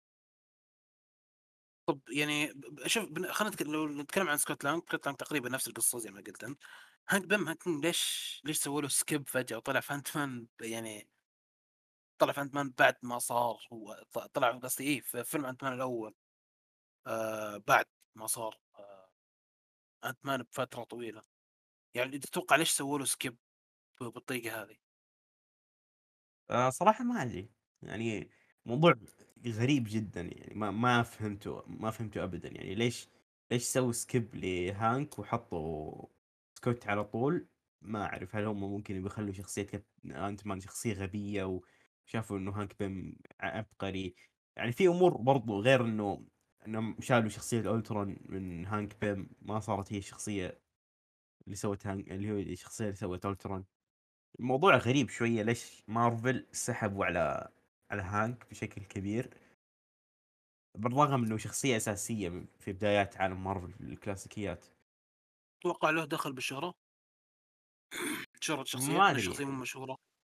طب يعني ب- ب- شوف بن- خلينا نتك- لو نتكلم عن سكوتلاند، سكوتلاند تقريبا نفس القصه زي ما قلت انت. هانك بيم هانك بيم ليش ليش سووا له سكيب فجاه وطلع فانت مان يعني طلع في انت مان بعد ما صار هو ط- طلع قصدي ايه في فيلم انت مان الاول. آه بعد ما صار آه انت مان بفتره طويله. يعني تتوقع ليش سووا له سكيب بالطريقه هذه؟ آه صراحة ما أدري، يعني موضوع غريب جدا، يعني ما ما فهمته ما فهمته أبدا. يعني ليش ليش سووا سكيب لهانك وحطوا سكوت على طول؟ ما أعرف، هل هم ممكن بيخلوا شخصية كابت... أنت مان شخصية غبية، وشافوا إنه هانك بيم عبقري؟ يعني في أمور برضو غير إنه إنهم شالوا شخصية أولترون من هانك بيم، ما صارت هي الشخصية اللي سوت هانك، اللي هو الشخصية اللي سوت أولترون. الموضوع غريب شوية، ليش مارفل سحبوا على على هانك بشكل كبير، بالرغم انه شخصية اساسية في بدايات عالم مارفل الكلاسيكيات. تتوقع له دخل بالشهره؟ شهره الشخصيه ما ان ادري، الشخصيه مو مشهوره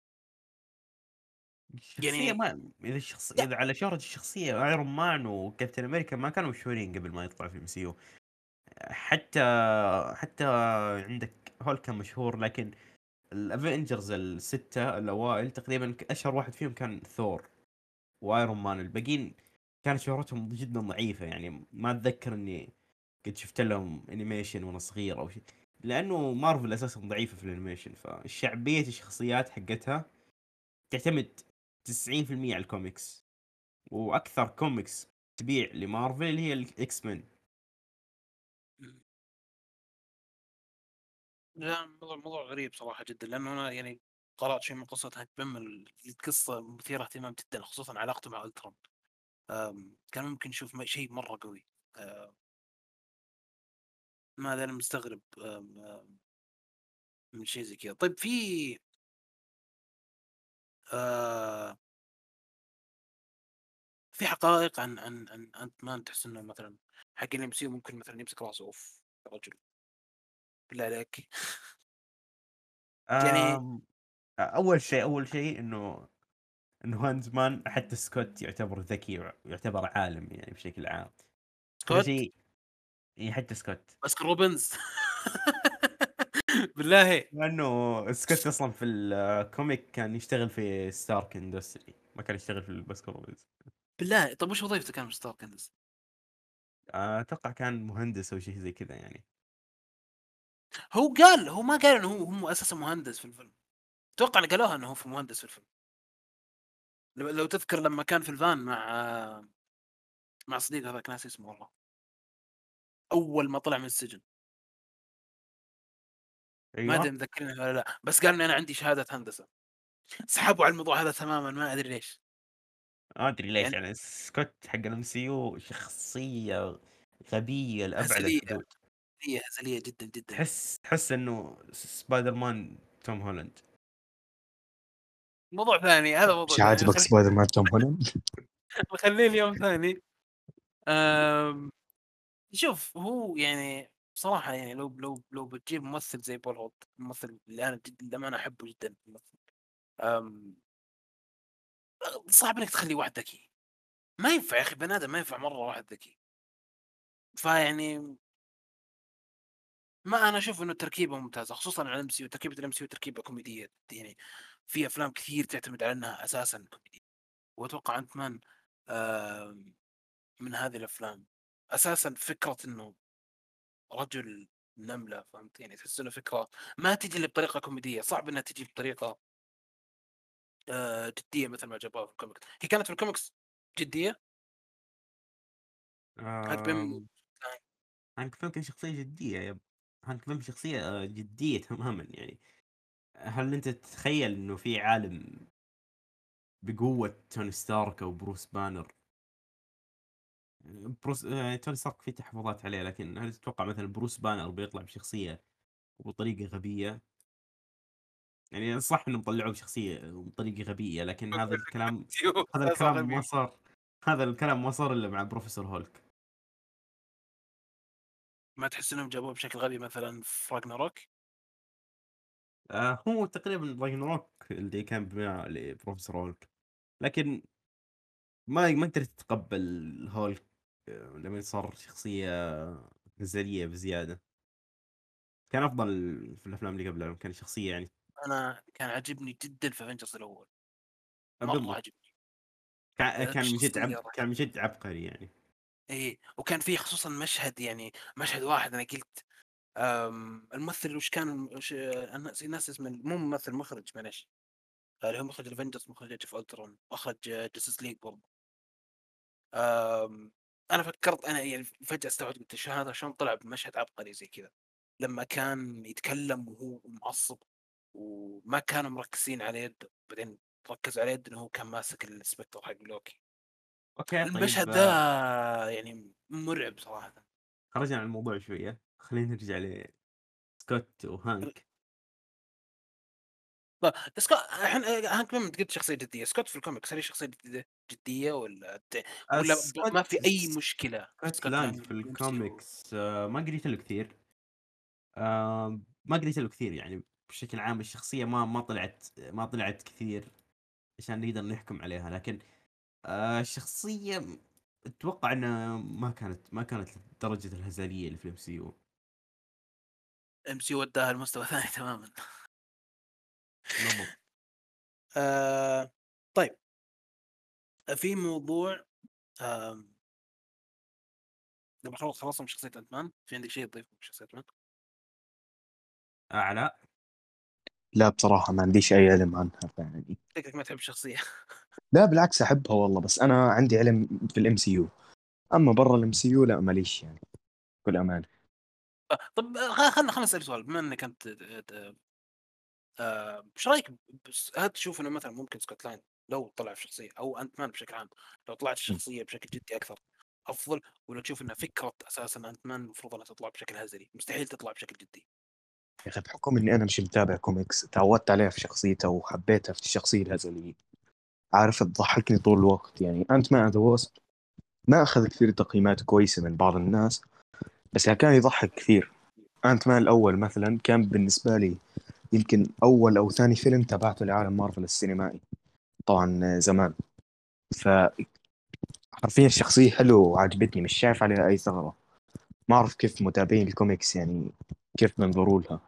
الشخصية يعني. ما اذا الشخص لا اذا على شهرة الشخصية، ايرون مان وكابتن امريكا ما كانوا مشهورين قبل ما يطلعوا في ام سي يو. حتى حتى عندك هول كان مشهور، لكن الافنجرز الستة الاوائل تقريبا اشهر واحد فيهم كان ثور وايرون مان. الباقيين كانت شهرتهم جدا ضعيفة، يعني ما اتذكر اني قد شفت لهم انيميشن وانا صغير او شيء، لانه مارفل اساسا ضعيفة في الانيميشن، فالشعبية الشخصيات حقتها تعتمد تسعين في المية على الكوميكس، واكثر كوميكس تبيع لمارفل هي الاكس مان. لا موضوع موضوع غريب صراحة جدا، لأنه أنا يعني قرأت شيء من قصة هانك بيم. القصة مثيرة اهتمام جدا، خصوصا علاقته مع ألترون. أم، كان ممكن نشوف م- شيء مرة قوي. أم، ما أنا مستغرب أم، أم، من شيء زي كذا. طيب في أه، في حقائق عن عن عن أنت مان تحس إنه مثلا حق الام سي ممكن مثلا يمسك راسه أوف يا رجل بالله عليك يعني. آم، اول شيء اول شيء انه انه هانز مان حتى سكوت يعتبر ذكي ويعتبر عالم يعني بشكل عام. هذا سكوت شيء. إيه، حتى سكوت. باسكن روبنز بالله. لانه سكوت اصلا في الكوميك كان يشتغل في ستارك اندستري، ما كان يشتغل في الباسكت. بالله طب وش وظيفته كان في ستار كندس؟ اتوقع كان مهندس او شيء زي كذا يعني. هو قال هو ما قال انه هو هم اساسا مهندس في الفيلم. اتوقع ان قالوها انه هو في مهندس في الفيلم. لو لو تذكر لما كان في الفان مع مع صديق هذاك ناس اسمه والله، اول ما طلع من السجن. ما ادري ايوه. مذكرني ولا لا، بس قال اني انا عندي شهاده هندسه. سحبوا على الموضوع هذا تماما، ما ادري ليش. ما ادري ليش، يعني يعني سكوت حق الام سي يو شخصيه غبيه لابعد هزليه الحدود. هزليه هزليه جدا جدا. تحس تحس انه سبايدر مان توم هولاند. موضوع ثاني، هذا موضوع مش ثاني. عاجبك خلي- سبايدر مان توم هولاند؟ خليني يوم ثاني. أم... شوف هو يعني بصراحة يعني لو لو لو بتجيب ممثل زي بول هولت، الممثل اللي أنا جد لما أنا أحبه جدا الممثل. أم... صعب إنك تخليه واحد ذكي. ما ينفع يا أخي، بني آدم ما ينفع مرة واحد ذكي. فيعني ما أنا أشوف إنه التركيبة ممتازة، خصوصا على الام سي يو. تركيبة الام سي يو تركيبة كوميدية يعني. في أفلام كثير تعتمد على أنها أساسا كوميدية، وأتوقع أنت مان أم... من هذه الأفلام. أساسا فكرة إنه رجل نملة، فهمت يعني؟ تحس انه فكرة ما تجي الا بطريقة كوميدية، صعب انها تجي بطريقة آه، جدية مثل ما جابوها في الكوميكس. هي كانت في الكوميكس جدية. هاك بيم آم، هانك بيم كان شخصيه جديه يب. هانك بيم شخصيه آه، جديه تماما يعني. هل انت تتخيل انه في عالم بقوه توني ستارك او بروس بانر بروس آه، توني ستارك في تحفظات عليه، لكن هل تتوقع مثلا بروس بانر بيطلع بشخصية وبطريقة غبية؟ يعني صح انهم طلعوه بشخصية وبطريقة غبية، لكن هذا الكلام هذا أساسا الكلام ما غبي. صار هذا الكلام ما صار الا مع بروفيسور هولك. ما تحس انهم جابوه بشكل غبي مثلا في راجناروك؟ آه هو تقريبا راجنروك اللي كان بناء لبروفيسور هولك، لكن ما ما قدرت تتقبل هولك آه، لما صار شخصية نزالية بزيادة. كان أفضل في الأفلام اللي قبلها، كان شخصية يعني. انا كان عجبني جدا في افنجرز الاول، مره بالضبط. عجبني. كا- آه، كان من جد كشخصيه عب كان من رهيب. جد عبقري يعني. ايه، وكان في خصوصا مشهد، يعني مشهد واحد انا قلت أم الممثل وش كان وش انا نسيت ناس اسمه، مو ممثل، مخرج، معلش. اللي هو مخرج الافنجرز، مخرج ايج اوف الترون، مخرج جاستس ليج برضه. أم، انا فكرت، انا يعني فجاه استوعبت، قلت شو هذا، شلون طلع بمشهد عبقري زي كذا لما كان يتكلم وهو معصب وما كانوا مركزين على يده، بعدين ركزوا على يده انه هو كان ماسك السبكتر حق لوكي. أوكي طيب، المشهد ذا آه، يعني مرعب صراحة. خرجنا عن الموضوع شوية، خلينا نرجع لسكوت وهانك. طيب سكوت، الحين هانك بيم قلت شخصية جدية، سكوت في الكوميكس هل هي شخصية جدية جدية ولا ت- آه، ولا ب- سكوت ما في أي مشكلة في سكوت سكوت لانج لانج في بالام سي يو؟ الكوميكس آه، ما قريت له كثير. آه، ما قريت له كثير يعني بشكل عام الشخصية ما ما طلعت ما طلعت كثير عشان نقدر نحكم عليها، لكن آه الشخصية اتوقع انها ما كانت ما كانت لدرجة الهزلية اللي في الام سي يو. ام سي يو وداها لمستوى ثاني تماما. بالضبط. آه طيب، في موضوع، آم، لما خلص خلصنا من شخصية انت مان، في عندك شيء تضيفه في شخصية مان؟ اعلى. لا بصراحة ما عنديش أي علم عنها يعني. شكلك ما تحب الشخصية. لا بالعكس أحبها والله، بس أنا عندي علم في الام سي يو، أما برا الام سي يو لا ماليش يعني، بكل أمانة. آه، طب آه، خلنا خلنا خلنا نسأل سؤال، بما انك انت آه، آه، ايش رايك، بس هل تشوف انه مثلا ممكن سكوتلاند لو طلع في شخصيه، او انت مان بشكل عام لو طلعت الشخصيه بشكل جدي اكثر افضل، ولا تشوف ان فكره اساسا انت مان المفروض انها تطلع بشكل هزلي، مستحيل تطلع بشكل جدي؟ يا أخي بحكم إني أنا مش متابع كوميكس، تعودت عليها في شخصيته وحبيتها في الشخصية الهزلية، عارف تضحكني طول الوقت يعني. أنت ما ذا ووسب ما أخذ كثير تقييمات كويسة من بعض الناس، بس يعني كان يضحك كثير. أنت مان الأول مثلا كان بالنسبة لي يمكن أول أو ثاني فيلم تابعته لعالم مارفل السينمائي، طبعا زمان. فحرفيا الشخصية حلوة وعجبتني، مش شايف عليها أي ثغرة. ما أعرف كيف متابعين الكوميكس يعني كيف بينظروا لها.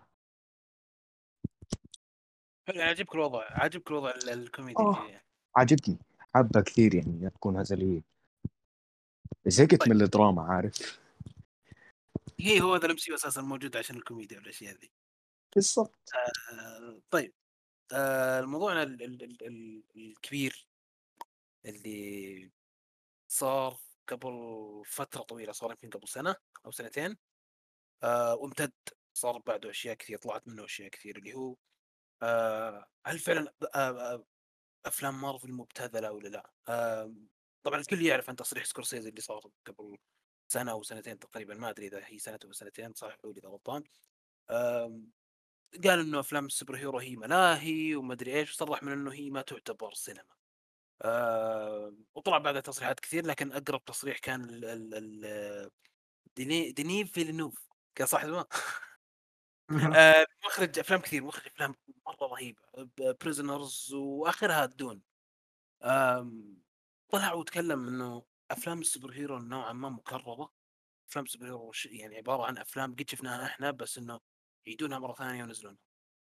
حلو، عجبك الوضع، عجبك الوضع ال- الكوميدي اللي آه فيه يعني. عجبني، حابة كثير يعني تكون هزلية، زهقت طيب، من الدراما عارف. هي هو هذا الام سي اساسا موجود عشان الكوميديا والاشياء ذي. بالضبط. آه طيب، آه الموضوع ال- ال- ال- ال- الكبير اللي صار قبل فتره طويله، صار يمكن قبل سنه او سنتين، آه وامتد، صار بعده اشياء كثير، طلعت منه اشياء كثير، اللي هو آه هل فعلا آه آه افلام مارفل مبتذله ولا لا؟ آه طبعا الكل يعرف عن تصريح سكورسيزي اللي صار قبل سنه او سنتين تقريبا، ما ادري اذا هي سنه او سنتين، صححوا لي اذا غلطان. آه قال انه افلام السوبر هيرو هي ملاهي وما ادري ايش، وصرح من انه هي ما تعتبر سينما. آه وطلع بعدها تصريحات كثير، لكن اقرب تصريح كان ال ال ال ديني دينيف فيلنوف، كان صح اسمه؟ آه، مخرج افلام كثير، مخرج افلام مره رهيب، بريزنرز واخرها دون. آم، طلع وتكلم انه افلام السوبر هيرو نوعا ما مكرره، افلام السوبر هيرو ش- يعني عباره عن افلام قد شفناها احنا، بس انه يعيدونها مره ثانيه وينزلونها.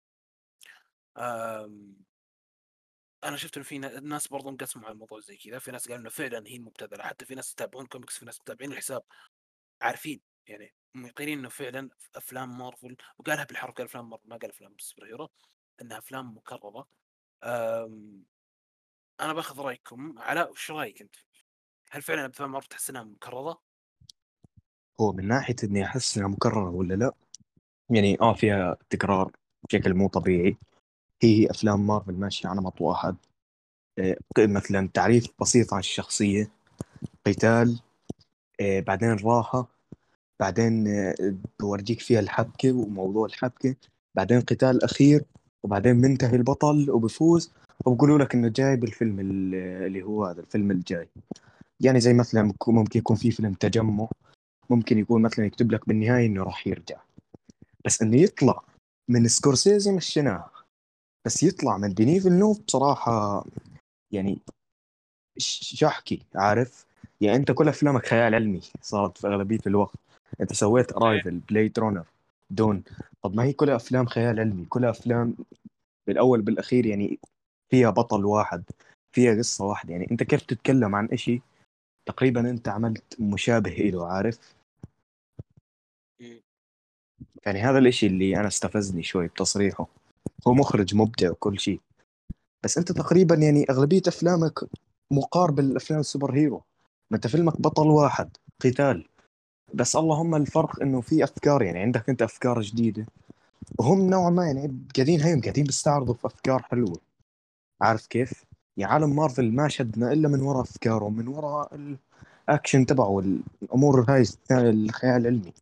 آم، انا شفت انه في نا- ناس برضو انقسموا على الموضوع زي كذا، في ناس قالوا انه فعلا هي مبتذله، حتى في ناس يتابعون كوميكس، في ناس متابعين الحساب عارفين، يعني مقرين انه فعلا افلام مارفل، وقالها بالحرف، قال افلام مارفل، ما قال افلام السوبر هيرو، انها افلام مكرره. أم، انا باخذ رايكم، علاء وش رايك انت؟ هل فعلا افلام مارفل تحس انها مكرره؟ هو من ناحية إني أحس إنها مكررة ولا لا، يعني آه فيها تكرار بشكل مو طبيعي. هي أفلام مارفل ماشية على نمط واحد. آه، مثلا تعريف بسيط عن الشخصية: قتال، آه، بعدين راحة، بعدين آه، بورجيك فيها الحبكة وموضوع الحبكة، بعدين قتال أخير، وبعدين منتهي البطل وبفوز، وبقولوا لك إنه جاي بالفيلم ال- اللي هو هذا الفيلم الجاي. يعني زي مثلا ممكن يكون في فيلم تجمع، ممكن يكون مثلا يكتب لك بالنهاية إنه راح يرجع. بس إنه يطلع من سكورسيزي مشيناها، بس يطلع من ديني فيلنوف بصراحة يعني ش- شو احكي عارف. يعني انت كل افلامك خيال علمي صارت في اغلبيه الوقت. انت سويت ارايفل، بليد رونر، دون. طب ما هي كلها افلام خيال علمي، كلها افلام بالاول بالاخير يعني فيها بطل واحد، فيها قصه واحده. يعني انت كيف تتكلم عن اشي تقريبا انت عملت مشابه له عارف. مم. يعني هذا الاشي اللي انا استفزني شوي بتصريحه. هو مخرج مبدع وكل شيء، بس انت تقريبا يعني اغلبيه افلامك مقاربه للافلام السوبر هيرو. ما انت فيلمك بطل واحد، قتال بس. اللهم الفرق انه في افكار، يعني عندك انت افكار جديده، وهم نوعا ما يعني قاعدين هيهم قاعدين بيستعرضوا في افكار حلوه. عارف كيف؟ يعني عالم مارفل ما شدنا الا من وراء افكاره، من وراء الاكشن تبعه والامور هاي الخيال العلمي.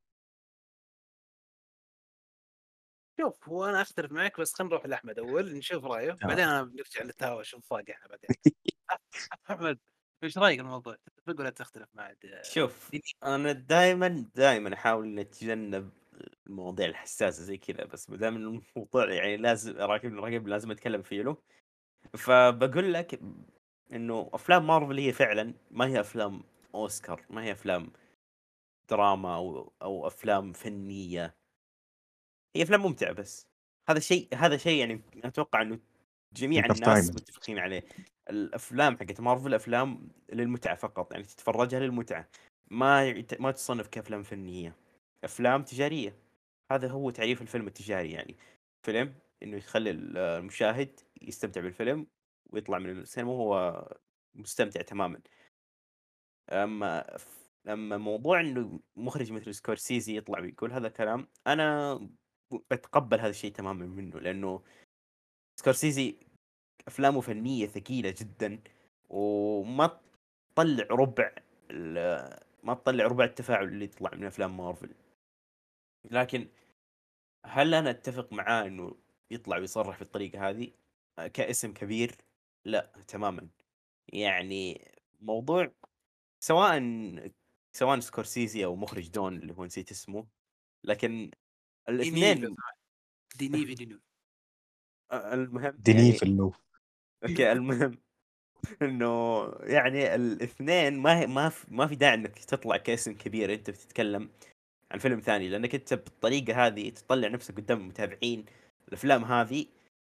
شوف، هو انا اختلف معك، بس خلينا نروح لاحمد اول نشوف رايه، آه. بعدين انا بنرجع نتهاوش ونفاق احنا بعدين. احمد، ايش رايك الموضوع؟ تتفق ولا تختلف مع عاد؟ شوف انا دائما دائما احاول نتجنب المواضيع الحساسه زي كذا، بس ما دام الموضوع يعني لازم راكب راكب لازم اتكلم فيه له. فبقول لك انه افلام مارفل هي فعلا ما هي افلام اوسكار، ما هي افلام دراما او او افلام فنيه، هي افلام ممتعه بس. هذا الشيء هذا شيء يعني اتوقع انه جميع الناس انترتاينمنت. متفقين عليه. الافلام حقت مارفل افلام للمتعه فقط، يعني تتفرجها للمتعه، ما يعت- ما تصنف كافلام فنيه، افلام تجاريه. هذا هو تعريف الفيلم التجاري، يعني فيلم انه يخلي المشاهد يستمتع بالفيلم ويطلع من السينما وهو مستمتع تماما. اما اما موضوع انه مخرج مثل سكورسيزي يطلع ويقول هذا الكلام، انا بتقبل هذا الشيء تماما منه، لانه سكورسيزي افلامه فنيه ثقيله جدا، وما تطلع ربع ال- ما تطلع ربع التفاعل اللي يطلع من افلام مارفل. لكن هل انا اتفق معاه انه يطلع ويصرح بالطريقه هذه كاسم كبير؟ لا تماما. يعني موضوع سواء سواء سكورسيزي او مخرج دون اللي هو نسيت اسمه، لكن ديني لو الاثنين سمحت. ديني فيدينو. المهم ديني يعني فيلنوف. اوكي المهم انه يعني الاثنين ما هي ما في ما في داعي انك تطلع كاسم كبير انت بتتكلم عن فيلم ثاني، لانك انت بالطريقه هذه تطلع نفسك قدام المتابعين الافلام هذه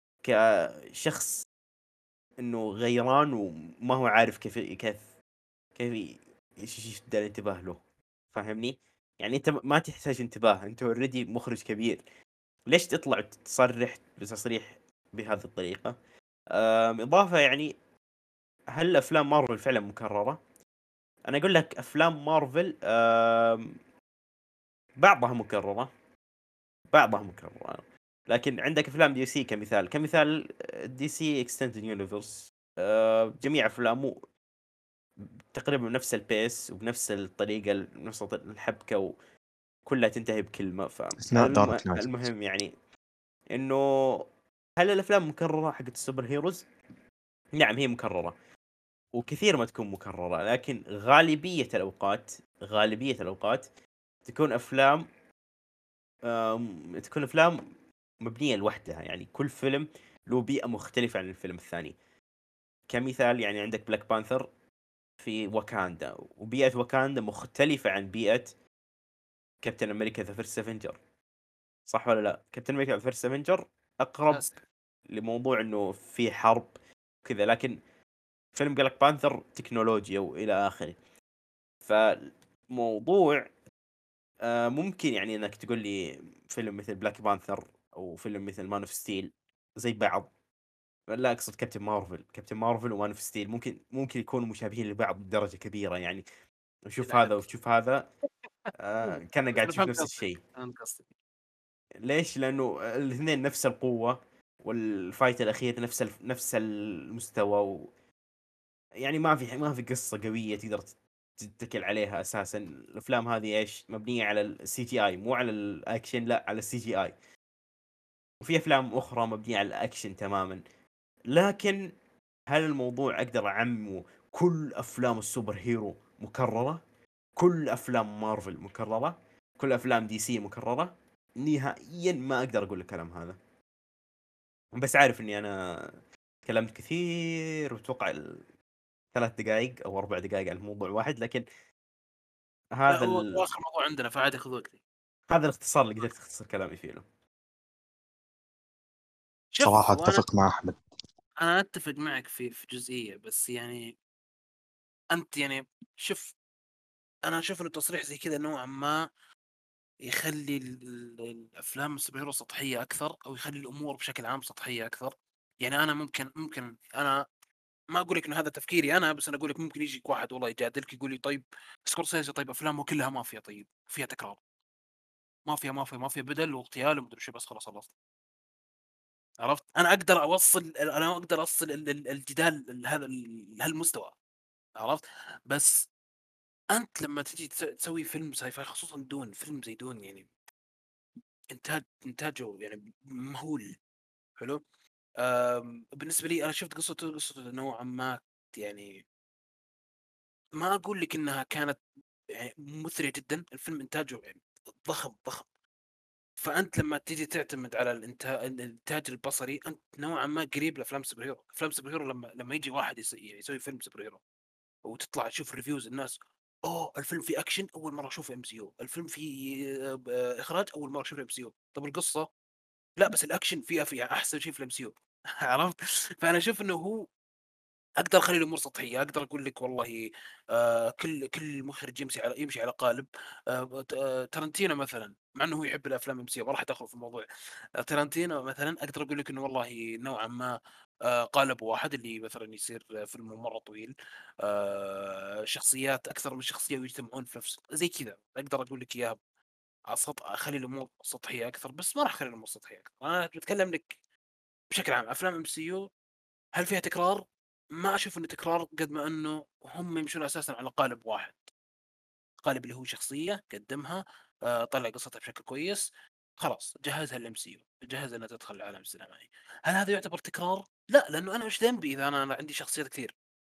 كشخص انه غيران وما هو عارف كيف كيف كيف ايش يشد الانتباه له. فاهمني؟ يعني انت ما تحتاج انتباه، انت اوريدي مخرج كبير، ليش تطلع تصرح بتصريح بهذه الطريقه؟ أم، اضافه يعني هل افلام مارفل فعلا مكرره؟ انا اقول لك افلام مارفل أم، بعضها مكرره، بعضها مكرره، لكن عندك افلام دي سي كمثال كمثال دي سي اكستندد يونيفرس، جميع افلامه تقريبا بنفس البيس وبنفس الطريقه نفس الحبكه وكلها تنتهي بكلمه. اثناء دارك نايت. فالمهم يعني انه هل الافلام مكرره حقت السوبر هيروز؟ نعم هي مكرره، وكثير ما تكون مكرره، لكن غالبيه الاوقات غالبيه الاوقات تكون افلام آم، تكون افلام مبنيه لوحدها، يعني كل فيلم له بيئه مختلفه عن الفيلم الثاني. كمثال يعني عندك بلاك بانثر في واكاندا، وبيئه واكاندا مختلفه عن بيئه كابتن امريكا ذا فيرست افنجر، صح ولا لا؟ كابتن امريكا ذا فيرست افنجر اقرب للاسف. لموضوع انه في حرب كذا، لكن فيلم بلاك بانثر تكنولوجيا والى اخره. فموضوع آه، ممكن يعني انك تقول لي فيلم مثل بلاك بانثر او فيلم مثل مان اوف ستيل زي بعض، لا اقصد كابتن مارفل كابتن مارفل ومان اوف ستيل ممكن ممكن يكونوا مشابهين لبعض بدرجه كبيره، يعني شوف الى هذا حد. وتشوف هذا آه كان بس قاعد انا تشوف فهمت نفس قصدك، الشيء. فهمت قصدك. ليش؟ لانه الاثنين نفس القوه، والفايت الاخير نفس نفس المستوى و... يعني ما في ما في قصه قويه تقدر تتكل عليها اساسا. الافلام هذه ايش مبنيه على السي جي اي، مو على الاكشن، لا على السي جي اي. وفي افلام اخرى مبنيه على الاكشن تماما. لكن هل الموضوع اقدر اعممه كل افلام السوبر هيرو مكرره، كل افلام مارفل مكرره، كل افلام دي سي مكرره؟ نهائيا ما اقدر اقول الكلام هذا. بس عارف اني انا تكلمت كثير، واتوقع ثلاث دقائق او اربع دقائق على موضوع واحد، لكن لا هذا هو ال... هو اخر موضوع عندنا فعادي خذ وقتي. هذا الاختصار اللي قدرت اختصر كلامي فيه له. صراحة شوف وانا أتفق مع أحمد. انا اتفق معك في في جزئيه، بس يعني انت يعني شوف، انا اشوف انه تصريح زي كذا نوعا ما يخلي ال- ال- الافلام السوبر هيرو سطحيه اكثر، او يخلي الامور بشكل عام سطحيه اكثر. يعني انا ممكن ممكن انا ما اقول لك انه هذا تفكيري انا، بس انا اقول لك ممكن يجيك واحد والله يجادلك يقول لي طيب سكورسيزي طيب افلامه كلها مافيا، طيب فيها تكرار، مافيا مافيا مافيا بدل واغتيال ومدري شو، بس خلاص خلاص. عرفت؟ انا اقدر اوصل انا اقدر اوصل ال- ال- الجدال لهذا ال- لهالمستوى. عرفت؟ بس انت لما تجي تس- تسوي فيلم ساي فاي، خصوصا دون فيلم زي دون، يعني انتاج انتاجه يعني مهول. حلو. أم، بالنسبه لي انا شفت قصته قصته نوعا ما، يعني ما اقول لك انها كانت يعني مثريه جدا. الفيلم انتاجه يعني ضخم ضخم. فانت لما تيجي تعتمد على الانتاج الانتاج البصري، انت نوعا ما قريب لافلام السوبر هيرو. افلام السوبر هيرو لما لما يجي واحد يس- يعني يسوي فيلم سوبر هيرو، وتطلع تشوف ريفيوز الناس، اوه الفيلم فيه اكشن اول مره اشوفه ام سي يو، الفيلم فيه آه، آه، اخراج اول مره اشوفه ام سي يو. طب القصه لا، بس الاكشن فيها فيها احسن شيء في الام سي يو. عرفت؟ فانا اشوف انه هو اقدر اخلي الامور سطحيه، اقدر اقول لك والله آه كل كل مخرج يمشي على يمشي على قالب. آه ت- آه، ترنتينو مثلا، مع انه هو يحب الافلام ام سي، ما راح ادخل في الموضوع. آه ترنتينو مثلا اقدر اقول لك انه والله نوعا ما آه قالب واحد اللي مثلا يصير فيلم مره طويل، آه شخصيات اكثر من شخصيه ويجتمعون في نفس زي كذا، اقدر اقول لك اياها على سطح، اخلي الامور سطحيه اكثر. بس ما راح اخلي الامور سطحيه اكثر. انا بتكلم لك بشكل عام افلام ام سي يو، هل فيها تكرار؟ ما اشوف انه تكرار، قد ما انه هم يمشون اساسا على قالب واحد. قالب اللي هو شخصيه قدمها، آه، طلع قصتها بشكل كويس، خلاص جهزها الام سي يو، جهزها انها تدخل العالم السينمائي. هل هذا يعتبر تكرار؟ لا، لانه انا ايش ذنبي اذا انا أنا عندي شخصيات كثير.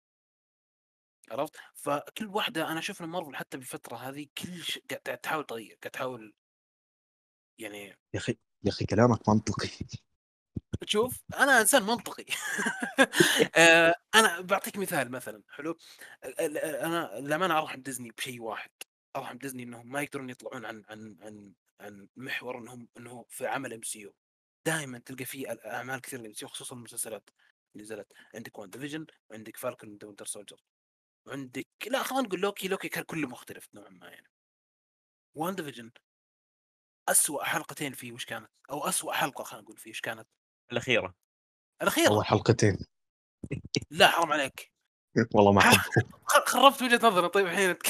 عرفت؟ فكل واحده انا اشوف ان مارفل حتى بالفتره هذه كل ش... قاعد تحاول تغير، قاعد تحاول يعني. يا أخي يا أخي كلامك منطقي. تشوف انا انسان منطقي. آه، انا بعطيك مثال مثلا حلو. ال- ال- انا لما انا ارحم ديزني بشيء واحد، ارحم ديزني انهم ما يقدرون يطلعون عن عن عن عن محور انهم انه في عمل ام سي يو. دائما تلقى فيه ال- اعمال كثير للام سي يو، خصوصا المسلسلات اللي نزلت. عندك وان ديفيجن، وعندك فالكون اند وينتر سولجر، وعندك لا خلينا نقول لوكي. لوكي كان كله مختلف نوعا ما يعني. وان ديفيجن اسوء حلقتين فيه وش كانت؟ او اسوء حلقه خلينا نقول فيه وش كانت؟ الاخيره. الاخيره. أول حلقتين. لا حرام عليك. والله ما أحبه. خ- خربت وجهة نظري. طيب الحين أتك-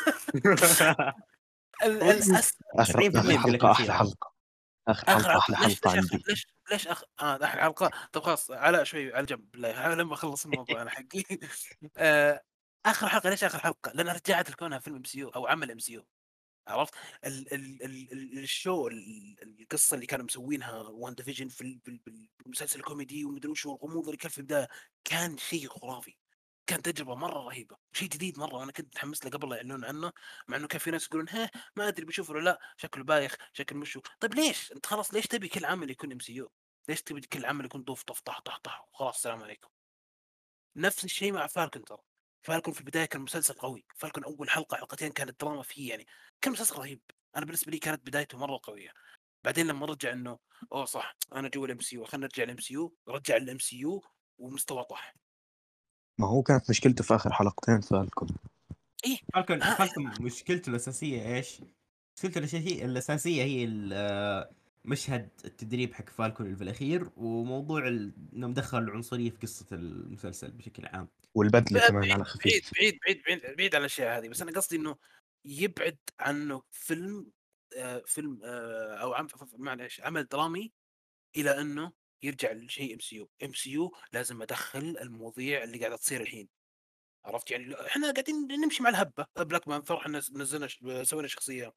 ال هو الأس آخر آخر تسعين بالمئة يمكن لك حلقة أحلى الاخيره. حلقة. آخر آخر حلقة حلقة أحلى ليش حلقة ليش آخر عندي. ليش ليش آخر آه آخر حلقة. طب خلاص علاء شوي على الجنب بالله لما أخلص الموضوع أنا حقي. آه آخر حلقة ليش آخر حلقة؟ لأنها رجعت لكونها فيلم ام سي يو أو عمل ام سي يو. عرفت؟ ال ال ال ال الشو ال- القصة اللي كانوا مسوينها وان ديفيجن في ال- بال- بال- بالمسلسل الكوميدي ومدري وش، والغموض اللي كان في البداية، كان شيء خرافي. كانت تجربة مرة رهيبة، شيء جديد مرة، وأنا كنت متحمس له قبل لا يعلنون عنه. مع إنه كان في ناس يقولون ها ما أدري بشوفه ولا لا، شكله بايخ، شكل مشو. طيب ليش؟ أنت خلاص ليش تبي كل عمل يكون ام سي يو؟ ليش تبي كل عمل يكون طوف طف طح طح طح وخلاص السلام عليكم؟ نفس الشيء مع فالكون ترى. فالكون في البدايه كان مسلسل قوي، فالكون اول حلقه حلقتين كانت دراما فيه يعني، كان مسلسل رهيب. انا بالنسبه لي كانت بدايته مره قويه. بعدين لما رجع انه اوه صح انا جوا الام سي يو، خلينا نرجع الام سي يو، رجع الام سي يو ومستوى طاح. ما هو كانت مشكلته في آخر حلقتين فالكون. ايه. فالكون ها. فالكون مشكلته الاساسيه ايش؟ مشكلته الاساسيه الاساسيه هي ال- آه، مشهد التدريب حق فالكون اللي في الاخير، وموضوع ال- انه مدخل العنصريه في قصه المسلسل بشكل عام. والبدلة بعيد كمان على بعيد خفيف. بعيد بعيد بعيد, بعيد عن الاشياء هذه، بس انا قصدي انه يبعد عنه فيلم، آه فيلم آه او عم معلش عمل درامي، الى انه يرجع لشيء ام سي يو. ام سي يو لازم ادخل المواضيع اللي قاعده تصير الحين. عرفت يعني احنا قاعدين نمشي مع الهبه. بلاك بانثر احنا نزلنا ش- سوينا شخصيه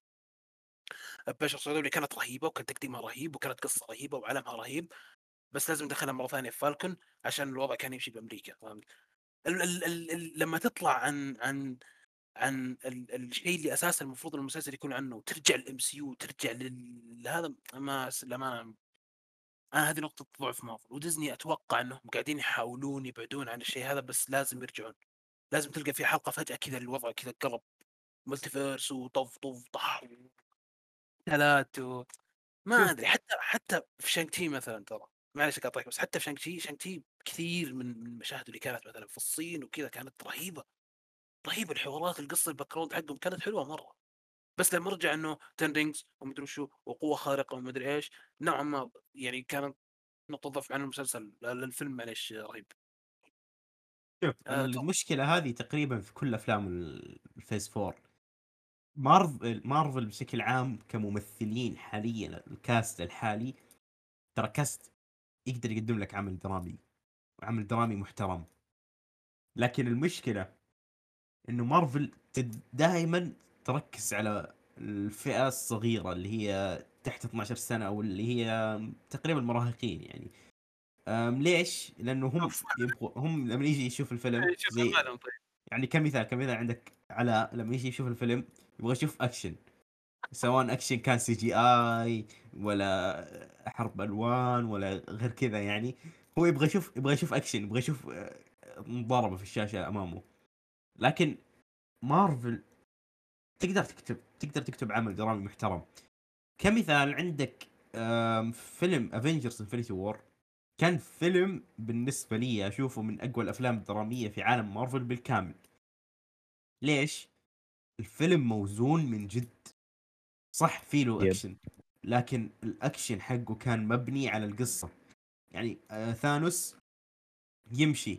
بشر سوداء كانت رهيبه، وكان تقديمها رهيب، وكانت قصه رهيبه، وعالمها رهيب، بس لازم ندخلها مره ثانيه في فالكون عشان الوضع كان يمشي بامريكا. فهمت؟ ال ال ال ال لما تطلع عن عن عن ال الشيء اللي اساسا المفروض المسلسل يكون عنه، وترجع الام سي يو، ترجع لهذا، ما للامانه انا هذه نقطه ضعف مارفل وديزني. اتوقع انهم قاعدين يحاولون يبعدون عن الشيء هذا، بس لازم يرجعون. لازم تلقى في حلقه فجاه كذا الوضع كذا قلب ملتيفيرس وطف طف طح ثلاث و... ما شوف ادري. حتى حتى في شانك تي مثلا، ترى معلش اقاطعك، بس حتى في شانك تي شانك تي كثير من من المشاهد اللي كانت مثلا في الصين وكذا كانت رهيبه. رهيبه الحوارات، القصه، الباك جراوند حقهم كانت حلوه مره. بس لما رجع انه تن رينجز ومدري شو وقوه خارقه ومدري ايش، نوعا ما يعني كانت نقطه ضعف عن المسلسل. الفيلم معلش رهيب. شوف آه طبعا. المشكله هذه تقريبا في كل افلام ال- الفيز فور. مارفل مارفل بشكل عام كممثلين حاليا، الكاست الحالي ترى كاست يقدر يقدم لك عمل درامي، وعمل درامي محترم. لكن المشكله انه مارفل دائما تركز على الفئه الصغيره اللي هي تحت اثنا عشر سنه، او اللي هي تقريبا المراهقين يعني. أم ليش؟ لانه هم اوف. يبغوا، هم لما يجي يشوف الفيلم شوف زي اعمالهم طيب. يعني كمثال كمثال عندك علاء لما يجي يشوف الفيلم يبغى يشوف اكشن، سواء اكشن كان سي جي اي ولا حرب الوان ولا غير كذا يعني. هو يبغى يشوف يبغى يشوف اكشن، يبغى يشوف آه، مضاربه في الشاشه امامه. لكن مارفل تقدر تكتب تقدر تكتب عمل درامي محترم. كمثال عندك آم، فيلم افنجرز انفنتي وور، كان فيلم بالنسبه لي اشوفه من اقوى الافلام الدراميه في عالم مارفل بالكامل. ليش؟ الفيلم موزون من جد. صح فيه له يب اكشن، لكن الاكشن حقه كان مبني على القصه. يعني آه ثانوس يمشي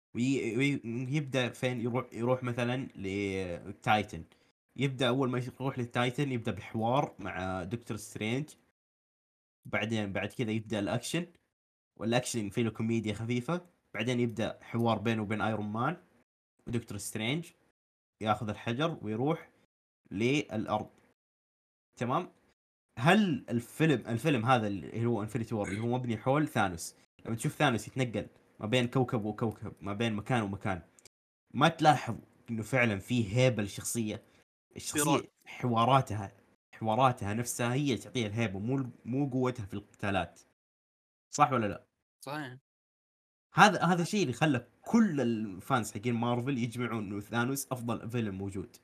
ويبدا فين يروح يروح مثلا لتايتن. يبدا اول ما يروح للتايتن يبدا بحوار مع دكتور سترينج. بعدين بعد كذا يبدا الاكشن، والاكشن فيه له كوميديا خفيفه. بعدين يبدا حوار بينه وبين ايرون مان ودكتور سترينج، ياخذ الحجر ويروح للارض. تمام. هل الفيلم الفيلم هذا اللي هو انفنتي وور اللي هو مبني حول ثانوس، لما تشوف ثانوس يتنقل ما بين كوكب وكوكب، ما بين مكان ومكان، ما تلاحظ انه فعلا فيه هيبه للشخصيه؟ في رعب. الشخصيه حواراتها حواراتها نفسها هي اللي تعطيها الهيبه، مو مو قوتها في القتالات. صح ولا لا؟ صحيح. هذا هذا الشيء اللي خلى كل الفانز حقين مارفل يجمعون انه ثانوس افضل فيلم موجود.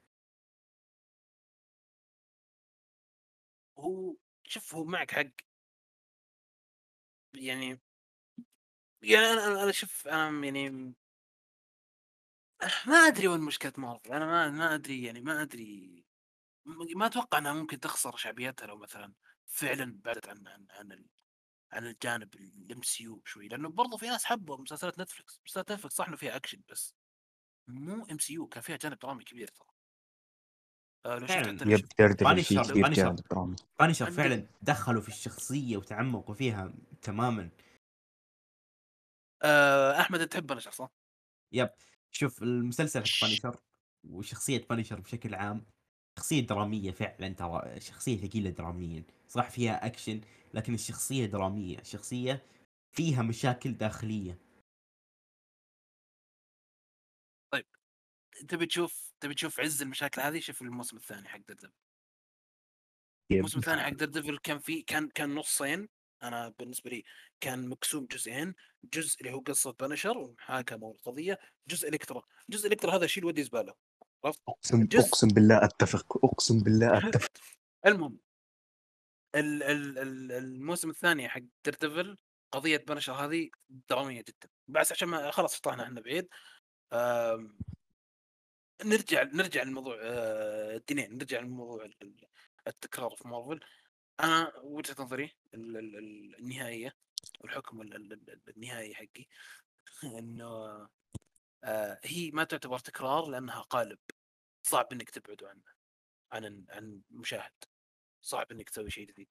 هو شوف، هو معك حق. يعني يعني انا انا أنا شوف انا يعني ما ادري وين مشكله مارفل. انا ما ما ادري يعني ما ادري. م- ما اتوقع انها ممكن تخسر شعبيتها لو مثلا فعلا بعدت عن عن عن, ال- عن الجانب الام سي يو شوي، لانه برضه في ناس حبوا مسلسلات نتفلكس. مسلسلات نتفلكس صح انه فيها اكشن، بس مو ام سي يو، كان فيها جانب درامي كبير ترى. آه لو شفت فعلا حتى لو يب شفت ديردevil فيه بانشر لو كثير بانشر جانب درامي. بانشر عندك فعلا دخلوا في الشخصيه وتعمقوا فيها تماما. آه احمد تحب بنشر صح؟ يب. شوف المسلسل حق بانشر وشخصية بانشر بشكل عام شخصية درامية فعلا، ترى شخصية ثقيلة دراميا. صح فيها أكشن، لكن الشخصية درامية، شخصية فيها مشاكل داخلية. طيب تبي تشوف تبي تشوف عز المشاكل هذه؟ شوف الموسم الثاني حق دردفل. يب الموسم الثاني حق دردفل كان في كان كان نصين. انا بالنسبه لي كان مقسوم جزئين. جزء اللي هو قصه بنشر والمحاكمه والقضيه، جزء الكترا. جزء الكترا هذا شيل ودي زباله. عرفت؟ اقسم جزء اقسم بالله اتفق، اقسم بالله اتفق. المهم ال ال ال الموسم الثاني حق دردفل، قضيه بنشر هذه دراميه جدا. بس عشان ما خلاص طلعنا احنا بعيد. آم، نرجع نرجع للموضوع آه، الدينين. نرجع للموضوع ال- ال- التكرار في مارفل. انا وجهة نظري ال- ال- ال- النهائية، والحكم ال- ال- ال- النهائي حقي انه آه هي ما تعتبر تكرار لانها قالب. صعب انك تبعد عن عن عن المشاهد. صعب انك تسوي شيء جديد.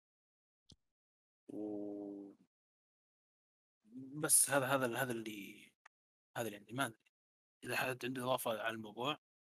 و بس هذا هذا هذا اللي هذا اللي عندي. ما ادري. اذا حد عنده اضافه على الموضوع.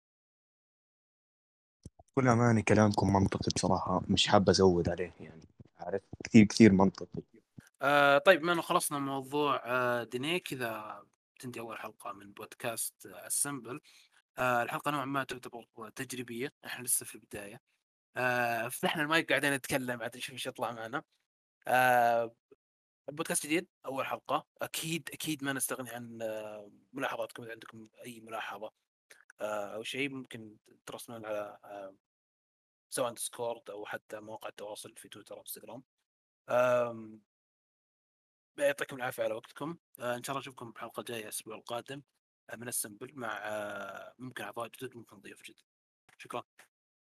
كل أمانة كلامكم منطقي بصراحة، مش حابة أزود عليه يعني، عارف كثير كثير منطقي. آه طيب بما انه خلصنا موضوع آه ديني كذا، تنتهي اول حلقه من بودكاست آه السمبل. آه الحلقه نوعا ما تعتبر تجريبيه، احنا لسه في البدايه. آه فتحنا المايك قاعدين نتكلم، بعد نشوف ايش يطلع معنا. آه البودكاست جديد اول حلقه، اكيد اكيد ما نستغني عن آه ملاحظاتكم. اذا عندكم اي ملاحظه آه او شيء، ممكن ترسلون على آه سواء ديسكورد او حتى مواقع التواصل في تويتر او انستغرام. آم، يعطيكم العافيه على وقتكم. آه ان شاء الله نشوفكم بحلقه جايه الاسبوع القادم آه من السمبل، مع آه ممكن اعضاء جدد، ممكن ضيوف جدد. شكرا.